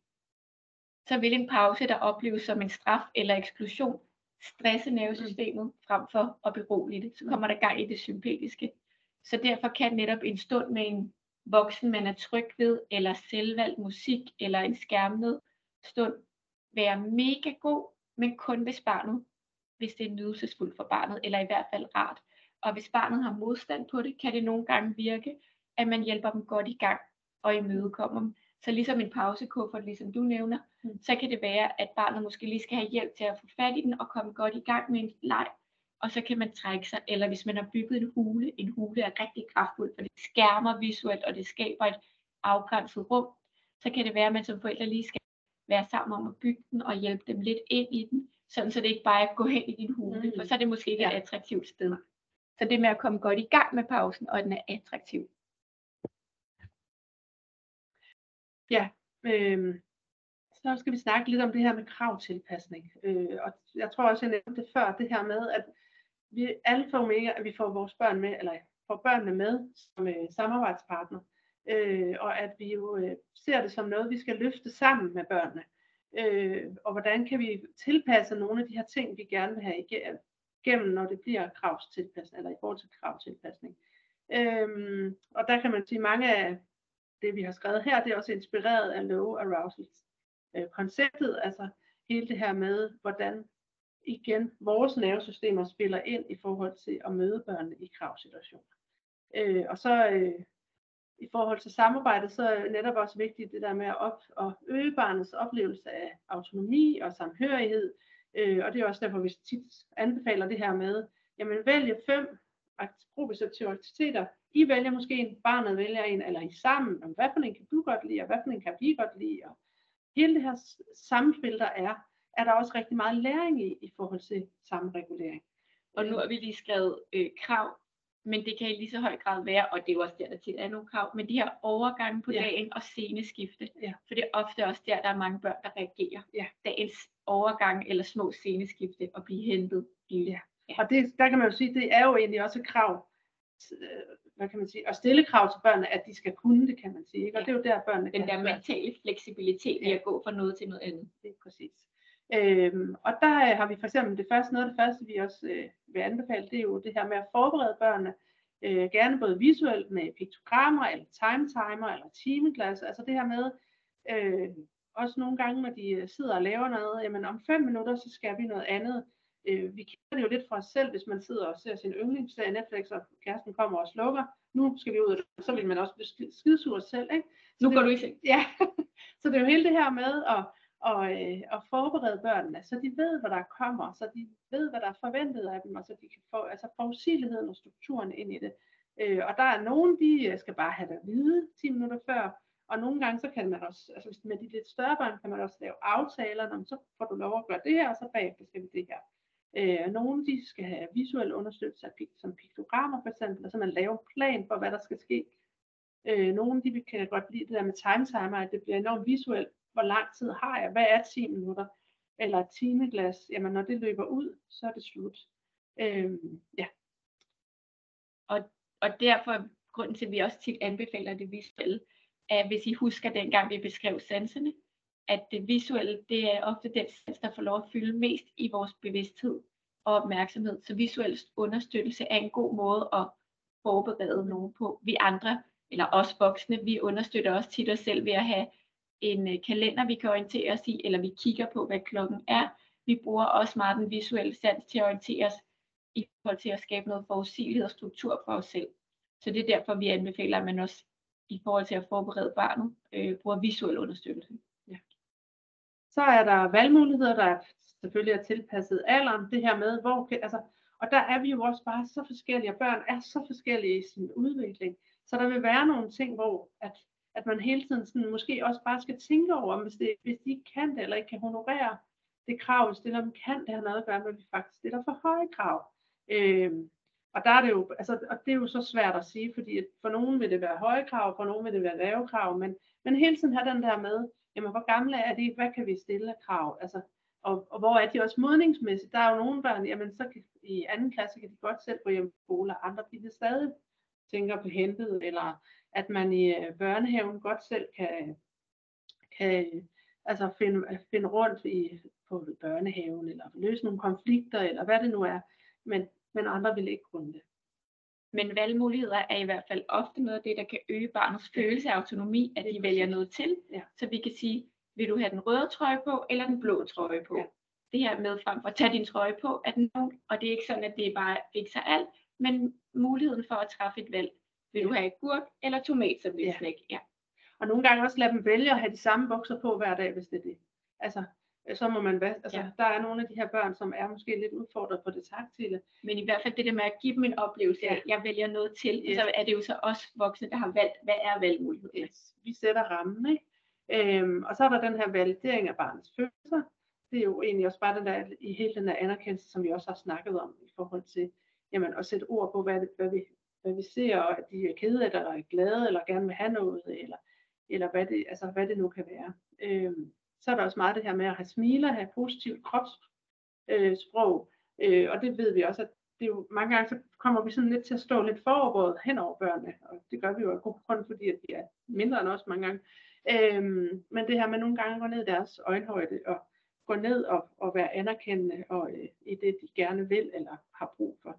så vil en pause, der opleves som en straf eller eksklusion, stresse nervesystemet mm. frem for at berolige det. Så kommer der gang i det sympatiske. Så derfor kan netop en stund med en voksen, man er tryg ved, eller selvvalgt musik, eller en skærmet stund, være mega god, men kun hvis barnet, hvis det er nydelsesfuldt for barnet, eller i hvert fald rart. Og hvis barnet har modstand på det, kan det nogle gange virke, at man hjælper dem godt i gang og imødekommer dem. Så ligesom en pausekuffert, ligesom du nævner, mm. så kan det være, at barnet måske lige skal have hjælp til at få fat i den og komme godt i gang med en leg. Og så kan man trække sig, eller hvis man har bygget en hule, en hule er rigtig kraftfuld, for det skærmer visuelt, og det skaber et afgrænset rum, så kan det være, at man som forældre lige skal være sammen om at bygge den og hjælpe dem lidt ind i den, sådan så det ikke bare er at gå hen i din hule, mm. for så er det måske ikke et attraktivt sted. Så det med at komme godt i gang med pausen, og den er attraktiv. Ja, øh, så skal vi snakke lidt om det her med kravtilpasning. Øh, og jeg tror også, jeg nævnte det før, det her med, at vi alfa og omega, at vi får vores børn med, eller får børnene med som øh, samarbejdspartner. Øh, og at vi jo øh, ser det som noget, vi skal løfte sammen med børnene. Øh, og hvordan kan vi tilpasse nogle af de her ting, vi gerne vil have igennem, når det bliver kravstilpasning, eller i forhold til kravtilpasning. Øh, og der kan man sige, mange af det, vi har skrevet her, det er også inspireret af low arousal øh, konceptet, altså hele det her med, hvordan igen vores nervesystemer spiller ind i forhold til at møde børnene i kravsituationer. Øh, og så øh, i forhold til samarbejdet, så er det netop også vigtigt det der med at, op, at øge barnets oplevelse af autonomi og samhørighed. Øh, og det er også derfor, vi tit anbefaler det her med, jamen vælge fem proprioceptive aktiviteter. I vælger måske en, barnet vælger en, eller I sammen, om hvad for en kan du godt lide, og hvad for en kan vi godt lide. Og hele det her samspil, der er, er der også rigtig meget læring i, i forhold til samregulering. Og nu har vi lige skrevet øh, krav, men det kan i lige så høj grad være, og det er jo også der, der tit er nogle krav, men de her overgange på ja. dagen og sceneskifte, ja. for det er ofte også der, der er mange børn, der reagerer. Ja. Dagens overgang eller små sceneskifte og blive hentet. Ja. Ja. Og det, der kan man jo sige, det er jo egentlig også et krav, hvad kan man sige, at stille krav til børnene, at de skal kunne det, kan man sige. Ikke? Og ja. det er jo der, børnene Den kan. Den der mentale fleksibilitet i ja. at gå fra noget til noget andet. Det er præcis. Øhm, og der øh, har vi for eksempel det første, noget af det første, vi også øh, vil anbefale, det er jo det her med at forberede børnene, øh, gerne både visuelt med piktogrammer, eller time timer, eller timeglas, altså det her med, øh, også nogle gange, når de sidder og laver noget, jamen om fem minutter, så skal vi noget andet. Øh, vi kender det jo lidt fra os selv, hvis man sidder og ser sin yndlingsserie Netflix, og kæresten kommer og slukker, nu skal vi ud, og så vil man også blive skidesur selv, ikke? Så nu går du i seng. Ja, så det er jo hele det her med at Og, øh, og forberede børnene, så de ved, hvad der kommer, så de ved, hvad der er forventet af dem, og så de kan få altså forudsigeligheden og strukturen ind i det. Øh, og der er nogen, de skal bare have det at vide ti minutter før, Og nogle gange så kan man også, altså med de lidt større børn, kan man også lave aftaler, når så får du lov at gøre det her, og så bagefter skal vi det her. Øh, nogle de skal have visuel understøttelse af, som piktogrammer for eksempel, og så man laver en plan for, hvad der skal ske. Øh, nogle de kan godt lide det der med time timer, at det bliver enormt visuelt. Hvor lang tid har jeg? Hvad er ti minutter? Eller et timeglas? Jamen når det løber ud, så er det slut. Øh, ja. Og, og derfor, grunden til, at vi også tit anbefaler det visuelle, er, hvis I husker dengang vi beskrev sanserne, at det visuelle, det er ofte den sans, der får lov at fylde mest i vores bevidsthed og opmærksomhed. Så visuel understøttelse er en god måde at forberede nogen på. Vi andre, eller os voksne, vi understøtter også tit os selv ved at have en kalender, vi kan orientere os i, eller vi kigger på, hvad klokken er. Vi bruger også meget den visuelle sans til at orientere os i forhold til at skabe noget forudsigelighed og struktur for os selv. Så det er derfor, vi anbefaler, at man også i forhold til at forberede barnet, øh, bruger visuel understøttelse. Ja. Så er der valgmuligheder, der selvfølgelig er tilpasset alderen. Det her med, hvor, altså, og der er vi jo også bare så forskellige, og børn er så forskellige i sin udvikling. Så der vil være nogle ting, hvor at, at man hele tiden sådan, måske også bare skal tænke over, hvis, det, hvis de ikke kan det, eller ikke kan honorere det krav, vi stiller dem, kan det have noget at gøre med, at vi faktisk stiller for høje krav. Øhm, og der er det jo, altså, og det er jo så svært at sige, fordi for nogen vil det være høje krav, for nogen vil det være lave krav, men, men hele tiden have den der med, jamen hvor gamle er de, hvad kan vi stille af krav, altså, og, og hvor er de også modningsmæssigt. Der er jo nogle børn, jamen så kan, i anden klasse kan de godt selv gå hjem på skole, og andre de stadig tænker på hentet, eller at man i børnehaven godt selv kan, kan altså finde, finde rundt i, på børnehaven, eller løse nogle konflikter, eller hvad det nu er, men, men andre vil ikke kunne det. Men valgmuligheder er i hvert fald ofte noget af det, der kan øge barnets følelse af autonomi, at de vælger noget til. Ja. Så vi kan sige, vil du have den røde trøje på, eller den blå trøje på? Ja. Det her med frem for at tage din trøje på, er den nogen, og det er ikke sådan, at det bare fikser alt, men muligheden for at træffe et valg. Vil ja. Du have agurk eller tomat som dit snack? Ja. Og nogle gange også lade dem vælge at have de samme bukser på hver dag, hvis det er det. Altså, så må man, altså, ja. Der er nogle af de her børn, som er måske lidt udfordret på det taktile. Men i hvert fald det der med at give dem en oplevelse af, ja. Jeg vælger noget til, yes. Så er det jo så også voksne, der har valgt, hvad er valgmuligheden? Yes. Vi sætter rammen, ikke? Øhm, og så er der den her validering af barnets følelser. Det er jo egentlig også bare den der, i hele den der anerkendelse, som vi også har snakket om, i forhold til jamen, at sætte ord på, hvad, det, hvad, vi, hvad vi ser, og at de er kede, eller er glade, eller gerne vil have noget, eller, eller hvad, det, altså, hvad det nu kan være. Øhm, Så er der også meget det her med at have smiler, have positivt kropssprog, øh, og det ved vi også, at det er jo, mange gange så kommer vi sådan lidt til at stå lidt foroverbådet hen over børnene, og det gør vi jo af god grund, fordi at de er mindre end os mange gange. Øhm, men det her med nogle gange at gå ned i deres øjenhøjde, og gå ned og, og være anerkendende og, øh, i det, de gerne vil eller har brug for.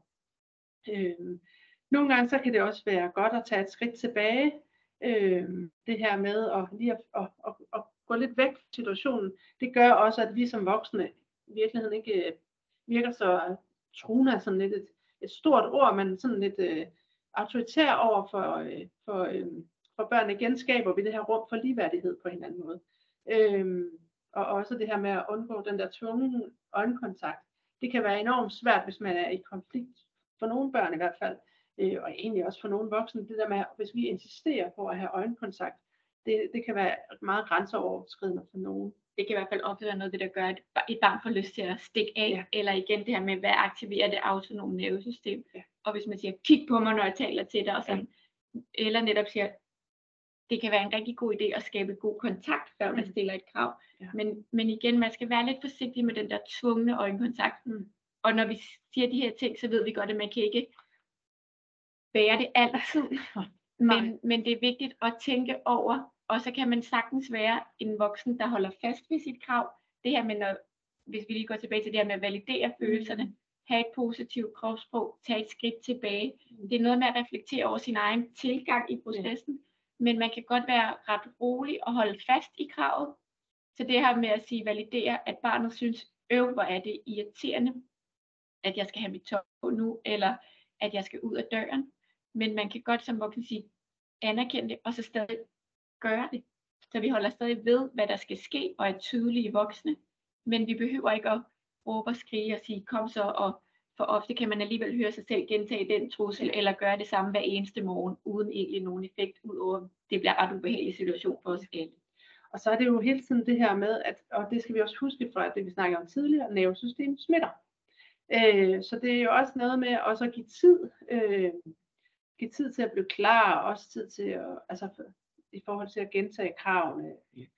Øhm, nogle gange så kan det også være godt at tage et skridt tilbage, øhm, det her med at lige at, at, at, at gå lidt væk fra situationen, det gør også, at vi som voksne i virkeligheden ikke virker så truende, sådan lidt et, et stort ord, men sådan lidt øh, autoritær over for, øh, for, øh, for børnene. Igen skaber vi det her rum for ligeværdighed på en anden måde. Øhm, og også det her med at undgå den der tvungne øjenkontakt. Det kan være enormt svært, hvis man er i konflikt, for nogle børn i hvert fald, øh, og egentlig også for nogle voksne, det der med, hvis vi insisterer på at have øjenkontakt, Det, det kan være meget grænseoverskridende for nogen. Det kan i hvert fald ofte være noget det, der gør, at et barn får lyst til at stikke af, ja. Eller igen det her med, hvad aktiverer det autonome nervesystem. Ja. Og hvis man siger, kig på mig, når jeg taler til dig, og sådan, ja. Eller netop siger, det kan være en rigtig god idé at skabe god kontakt, før mm. man stiller et krav. Ja. Men, men igen, man skal være lidt forsigtig med den der tvungne øjenkontakt. Mm. Og når vi siger de her ting, så ved vi godt, at man kan ikke bære det altid. Men, men det er vigtigt at tænke over, og så kan man sagtens være en voksen, der holder fast ved sit krav. Det her med, når, hvis vi lige går tilbage til det her med at validere følelserne, mm. have et positivt kropssprog, tage et skridt tilbage. Mm. Det er noget med at reflektere over sin egen tilgang i processen, ja. Men man kan godt være ret rolig og holde fast i kravet. Så det her med at sige validere, at barnet synes, øv, hvor er det irriterende, at jeg skal have mit tøj på nu, eller at jeg skal ud af døren. Men man kan godt som voksen sige, anerkende det, og så stadig gøre det. Så vi holder stadig ved, hvad der skal ske, og er tydelige voksne. Men vi behøver ikke at råbe og skrige og sige, kom så og For ofte kan man alligevel høre sig selv gentage den trussel, eller gøre det samme hver eneste morgen, uden egentlig nogen effekt, udover det bliver ret ubehagelig situation for os alle. Og så er det jo hele tiden det her med, at, og det skal vi også huske fra det, vi snakkede om tidligere, nervesystemet smitter. Øh, så det er jo også noget med også at give tid, øh, give tid til at blive klar, og også tid til at, altså i forhold til at gentage kravene.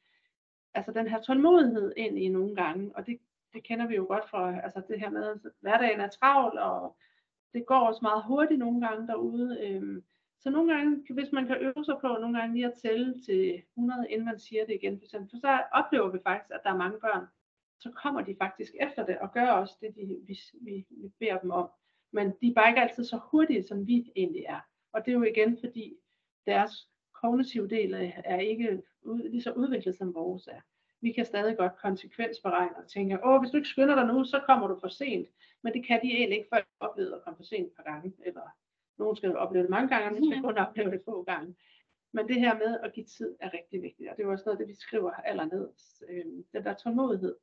Altså den her tålmodighed ind i nogle gange, og det, det kender vi jo godt fra, altså det her med, at hverdagen er travl, og det går også meget hurtigt nogle gange derude. Øh, Så nogle gange, hvis man kan øve sig på nogle gange lige at tælle til hundrede, inden man siger det igen, for eksempel, for så oplever vi faktisk, at der er mange børn, så kommer de faktisk efter det og gør også det, de, vi, vi, vi beder dem om. Men de er bare ikke altid så hurtige, som vi egentlig er. Og det er jo igen, fordi deres kognitive del er ikke ud, lige så udviklet, som vores er. Vi kan stadig godt konsekvensberegne og tænke, åh, hvis du ikke skynder dig nu, så kommer du for sent. Men det kan de egentlig ikke, før de har oplevet at komme for sent et par gange, eller nogen skal opleve det mange gange, og nogen skal kun opleve det få gange. Men det her med at give tid er rigtig vigtigt, og det er også noget, det vi skriver allerned. Øh, den der tålmodighed.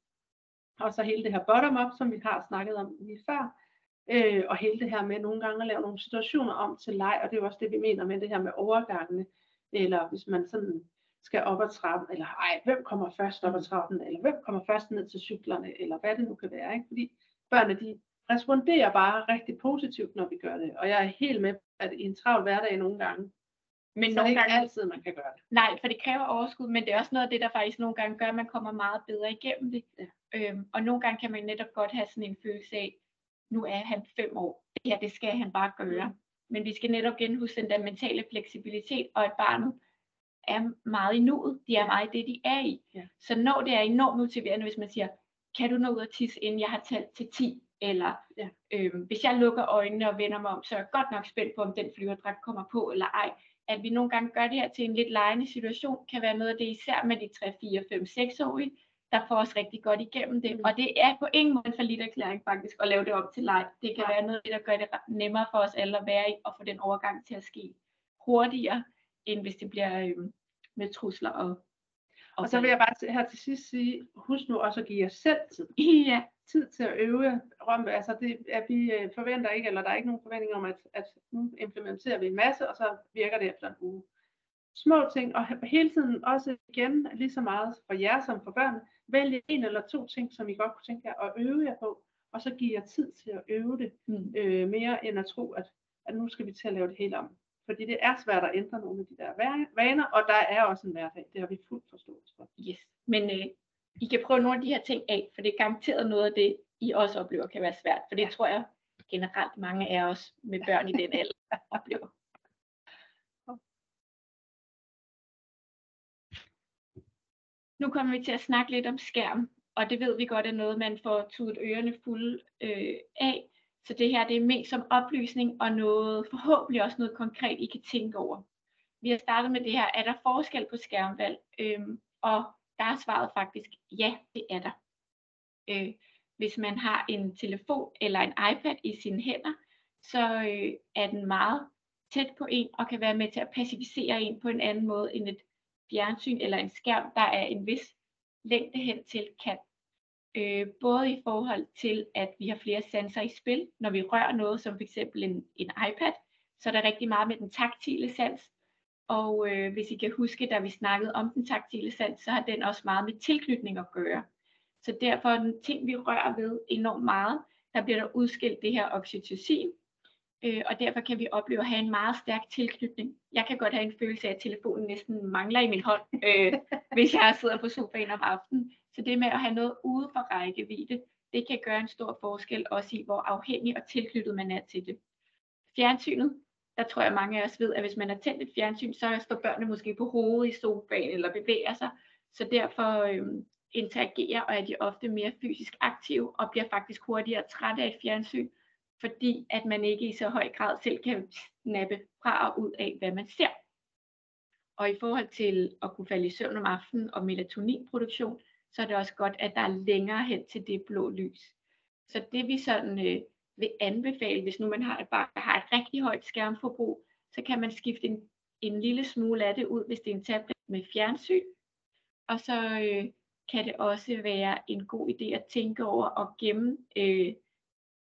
Og så hele det her bottom-up, som vi har snakket om lige før. Øh, og hele det her med nogle gange at lave nogle situationer om til leg, og det er jo også det, vi mener med det her med overgangene. Eller hvis man sådan skal op ad trappen, eller ej, hvem kommer først op ad trappen, eller hvem kommer først ned til cyklerne, eller hvad det nu kan være. Ikke? Fordi børnene, de responderer bare rigtig positivt, når vi gør det. Og jeg er helt med, at i en travl hverdag nogle gange, men så nogle er det ikke gange, altid, man kan gøre det. Nej, for det kræver overskud, men det er også noget af det, der faktisk nogle gange gør, at man kommer meget bedre igennem det. Ja. Øhm, og nogle gange kan man netop godt have sådan en følelse af, nu er han fem år. Ja, det skal han bare gøre. Mm. Men vi skal netop genhuske den der mentale fleksibilitet, og at barnet er meget i nuet. De er meget i det, de er i. Ja. Så når det er enormt motiverende, hvis man siger, kan du nå ud og tisse, inden jeg har talt til ti? Eller ja. øhm, hvis jeg lukker øjnene og vender mig om, så er jeg godt nok spændt på, om den flyverdragt kommer på eller ej. At vi nogle gange gør det her til en lidt legende situation, kan være noget af det, især med de tre, fire, fem, seks-årige, der får os rigtig godt igennem det. Mm. Og det er på ingen måde en falliterklæring faktisk at lave det om til leg. Det kan ja. være noget af det, der gør det nemmere for os alle at være i, og få den overgang til at ske hurtigere, end hvis det bliver øhm, med trusler og Og, og så vil jeg bare her til sidst sige, husk nu også at give jer selv tid. Ja. Tid til at øve. Altså det, at vi forventer ikke, eller der er ikke nogen forventning om, at, at nu implementerer vi en masse, og så virker det efter en uge. Små ting, og hele tiden også igen, lige så meget for jer som for børn, vælge en eller to ting, som I godt kunne tænke jer at øve jer på, og så give jer tid til at øve det mm. øh, mere, end at tro, at, at nu skal vi til at lave det hele om. Fordi det er svært at ændre nogle af de der vaner, og der er også en hverdag. Det har vi fuldt forståelse for. Yes. Men øh, I kan prøve nogle af de her ting af, for det er garanteret noget af det, I også oplever kan være svært. For det ja. tror jeg generelt mange af os med børn i den alder oplever. Nu kommer vi til at snakke lidt om skærm, og det ved vi godt er noget, man får tudet ørerne fulde øh, af. Så det her det er mest som oplysning og noget, forhåbentlig også noget konkret, I kan tænke over. Vi har startet med det her, er der forskel på skærmvalg? Øhm, og der er svaret faktisk, ja, det er der. Øh, hvis man har en telefon eller en iPad i sine hænder, så øh, er den meget tæt på en, og kan være med til at pacificere en på en anden måde end et fjernsyn eller en skærm, der er en vis længde hen til kan. Øh, både i forhold til, at vi har flere sanser i spil, når vi rører noget, som f.eks. en, en iPad, så er der rigtig meget med den taktile sans. Og øh, hvis I kan huske, da vi snakkede om den taktile sans, så har den også meget med tilknytning at gøre. Så derfor er den ting, vi rører ved enormt meget, der bliver der udskilt det her oxytocin, øh, og derfor kan vi opleve at have en meget stærk tilknytning. Jeg kan godt have en følelse af, at telefonen næsten mangler i min hånd, øh, hvis jeg sidder på sofaen om aftenen. Så det med at have noget ude for rækkevidde, det kan gøre en stor forskel også i, hvor afhængig og tilknyttet man er til det. Fjernsynet, der tror jeg mange af os ved, at hvis man har tændt et fjernsyn, så står børnene måske på hovedet i sofaen eller bevæger sig. Så derfor øh, interagerer og er de ofte mere fysisk aktive og bliver faktisk hurtigere træt af et fjernsyn, fordi at man ikke i så høj grad selv kan snappe fra og ud af, hvad man ser. Og i forhold til at kunne falde i søvn om aftenen og melatoninproduktion, så er det også godt, at der er længere hen til det blå lys. Så det vi sådan øh, vil anbefale, hvis nu man har et barn, der har et rigtig højt skærmforbrug, så kan man skifte en, en lille smule af det ud, hvis det er en tablet med fjernsyn. Og så øh, kan det også være en god idé at tænke over at gemme øh,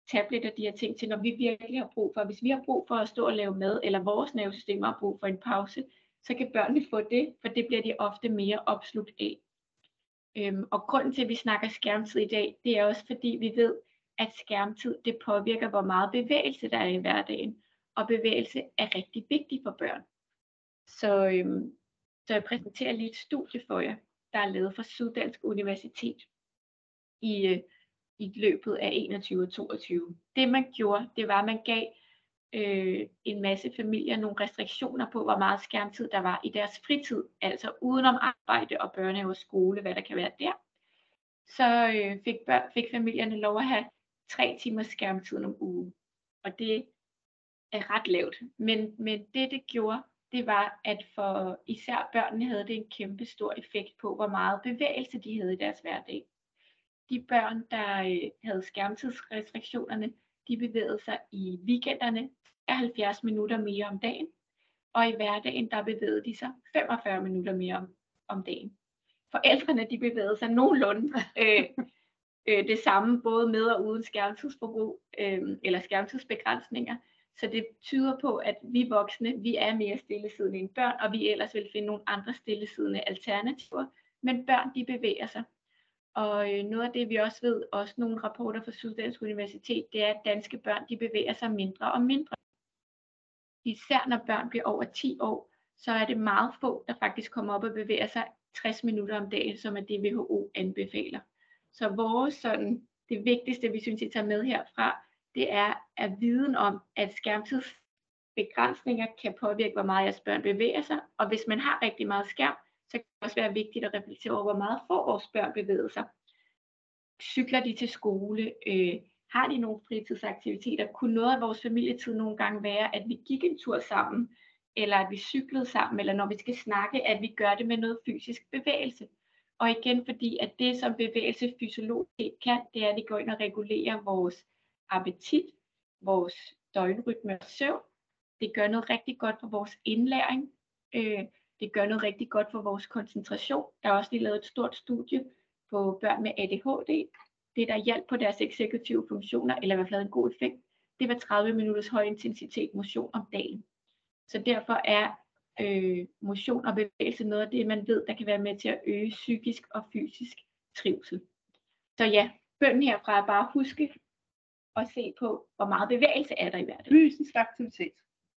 tablet og de her ting til, når vi virkelig har brug for. Hvis vi har brug for at stå og lave mad, eller vores nervesystem har brug for en pause, så kan børnene få det, for det bliver de ofte mere opslugt af. Øhm, og grunden til, at vi snakker skærmtid i dag, det er også fordi, vi ved, at skærmtid det påvirker, hvor meget bevægelse der er i hverdagen. Og bevægelse er rigtig vigtigt for børn. Så, øhm, så jeg præsenterer lige et studie for jer, der er lavet fra Syddansk Universitet i, øh, i løbet af enogtyve og toogtyve. Det man gjorde, det var, at man gav øh, en masse familier nogle restriktioner på, hvor meget skærmtid der var i deres fritid, altså udenom arbejde og børnehave og skole, hvad der kan være der. Så øh, fik, børn, fik familierne lov at have tre timers skærmtid om ugen, og det er ret lavt. Men, men det, det gjorde, det var, at for især børnene havde det en kæmpe stor effekt på, hvor meget bevægelse de havde i deres hverdag. De børn, der øh, havde skærmtidsrestriktionerne, de bevægede sig i weekenderne halvfjerds minutter mere om dagen, og i hverdagen, der bevægede de sig femogfyrre minutter mere om, om dagen. Forældrene, de bevægede sig nogenlunde øh, øh, det samme, både med og uden skærmtidsforbrug, øh, eller skærmtidsbegrænsninger. Så det tyder på, at vi voksne, vi er mere stillesiddende end børn, og vi ellers vil finde nogle andre stillesiddende alternativer. Men børn, de bevæger sig. Og øh, noget af det, vi også ved, også nogle rapporter fra Syddansk Universitet, det er, at danske børn, de bevæger sig mindre og mindre. Især når børn bliver over ti år, så er det meget få, der faktisk kommer op og bevæger sig tres minutter om dagen, som er det W H O anbefaler. Så vores sådan, det vigtigste, vi synes, I tager med herfra, det er at viden om, at skærmtidsbegrænsninger kan påvirke, hvor meget jeres børn bevæger sig. Og hvis man har rigtig meget skærm, så kan det også være vigtigt at reflektere over, hvor meget får vores børn bevæget sig. Cykler de til skole? Øh, har de nogle fritidsaktiviteter? Kunne noget af vores familietid nogle gange være, at vi gik en tur sammen, eller at vi cyklede sammen, eller når vi skal snakke, at vi gør det med noget fysisk bevægelse. Og igen, fordi at det, som bevægelse fysiologisk kan, det er, at det går ind og regulerer vores appetit, vores døgnrytme og søvn. Det gør noget rigtig godt for vores indlæring. Øh, det gør noget rigtig godt for vores koncentration. Der er også lige lavet et stort studie på børn med A D H D. Det, der hjalp på deres eksekutive funktioner, eller i hvert fald en god effekt, det var tredive minutters høj intensitet motion om dagen. Så derfor er øh, motion og bevægelse noget af det, man ved, der kan være med til at øge psykisk og fysisk trivsel. Så ja, bønnen herfra er bare at huske at se på, hvor meget bevægelse er der i hverdagen. Fysisk aktivitet.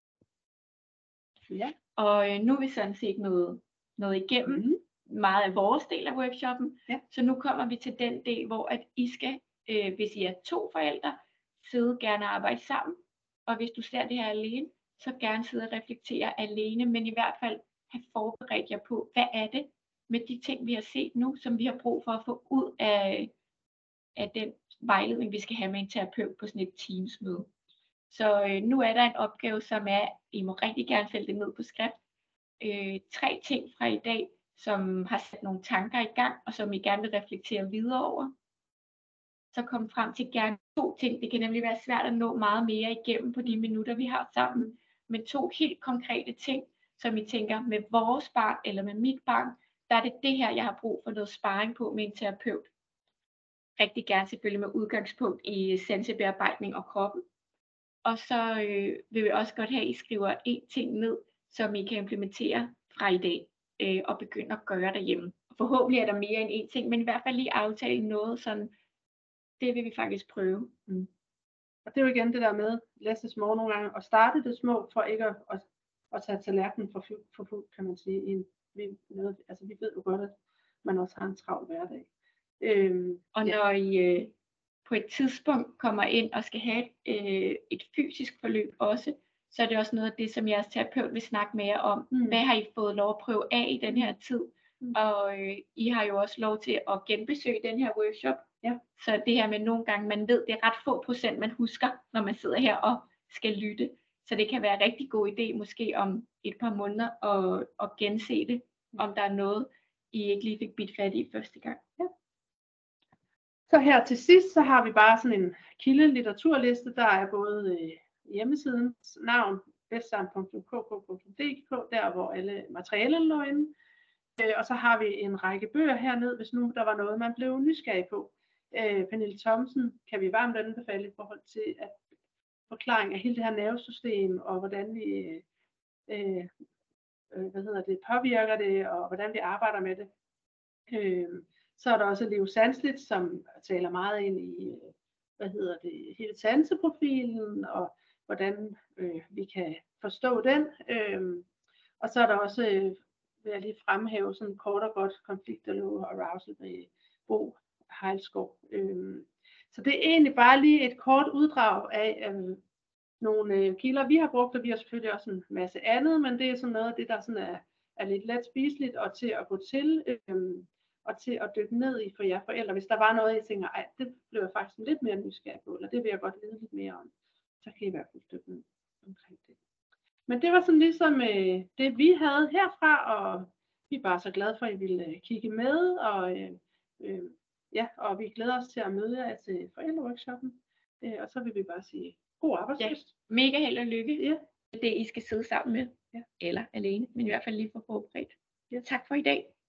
Ja. Og øh, nu er vi sådan set noget, noget igennem mm-hmm. meget af vores del af workshoppen. Ja. Så nu kommer vi til den del, hvor at I skal, øh, hvis I er to forældre, sidde gerne og arbejde sammen. Og hvis du ser det her alene, så gerne sidde og reflektere alene, men i hvert fald have forberedt jer på, hvad er det med de ting, vi har set nu, som vi har brug for at få ud af, af den vejledning, vi skal have med en terapeut på sådan et Teams-møde. Så øh, nu er der en opgave, som er, I må rigtig gerne fælde det ned på skrift. Øh, tre ting fra i dag, som har sat nogle tanker i gang, og som I gerne vil reflektere videre over. Så kom frem til gerne to ting. Det kan nemlig være svært at nå meget mere igennem på de minutter, vi har sammen. Men to helt konkrete ting, som I tænker med vores barn eller med mit barn, der er det det her, jeg har brug for noget sparring på med en terapeut. Rigtig gerne selvfølgelig med udgangspunkt i sansebearbejdning og kroppen. Og så øh, vil vi også godt have, at I skriver en ting ned, som I kan implementere fra i dag øh, og begynde at gøre derhjemme. Forhåbentlig er der mere end en ting, men i hvert fald lige aftale noget sådan. Det vil vi faktisk prøve. Mm. Og det er jo igen det der med, læse små nogle gange, og starte det små, for ikke at, at, at tage tallerkenen for fuld, for fuld, kan man sige. I en, vi, noget, altså vi ved jo godt, at man også har en travl hverdag. Øhm, og når ja. I øh, på et tidspunkt kommer ind og skal have et, øh, et fysisk forløb også, så er det også noget af det, som jeres terapeut vil snakke mere om. Mm. Hvad har I fået lov at prøve af i den her tid? Mm. Og øh, I har jo også lov til at genbesøge den her workshop. Ja. Så det her med nogle gange, man ved, det er ret få procent, man husker, når man sidder her og skal lytte. Så det kan være en rigtig god idé, måske om et par måneder, at, at gense det, om der er noget, I ikke lige fik bidt fat i første gang. Ja. Så her til sidst, så har vi bare sådan en kildelitteraturliste, der er både øh, hjemmesidens navn, bestsam punktum k k punktum d k, der hvor alle materialerne lå inde. Øh, og så har vi en række bøger hernede, hvis nu der var noget, man blev nysgerrig på. Øh, Pernille Thomsen kan vi varmt anbefale i forhold til at forklaring af hele det her nervesystem, og hvordan vi øh, øh, hvad hedder det, påvirker det, og hvordan vi arbejder med det. Øh, så er der også Leo Sandslit, som taler meget ind i, hvad hedder det, hele sanseprofilen, og hvordan øh, vi kan forstå den. Øh, og så er der også, øh, vil jeg lige fremhæve sådan kort og godt konfliktdialog og arousal med Bo Hejlskov. Øh, så det er egentlig bare lige et kort uddrag af øh, nogle øh, kilder, vi har brugt, og vi har selvfølgelig også en masse andet, men det er sådan noget af det, der sådan er, er lidt let spiseligt og til at gå til, øh, og til at dykke ned i for jer forældre. Hvis der var noget, jeg tænker, ej, det blev jeg faktisk lidt mere nysgerrig på, eller det vil jeg godt vide lidt mere om, så kan I i hvert fald dykke ned omkring det. Men det var sådan ligesom øh, det, vi havde herfra, og vi er bare så glade for, at I ville øh, kigge med, og, øh, øh, ja, og vi glæder os til at møde jer til forældreworkshoppen, øh, og så vil vi bare sige god arbejdslyst. Ja, mega held og lykke. Ja. Det I skal sidde sammen med, ja. eller alene, men i hvert fald lige for forberedt. Ja. Tak for i dag.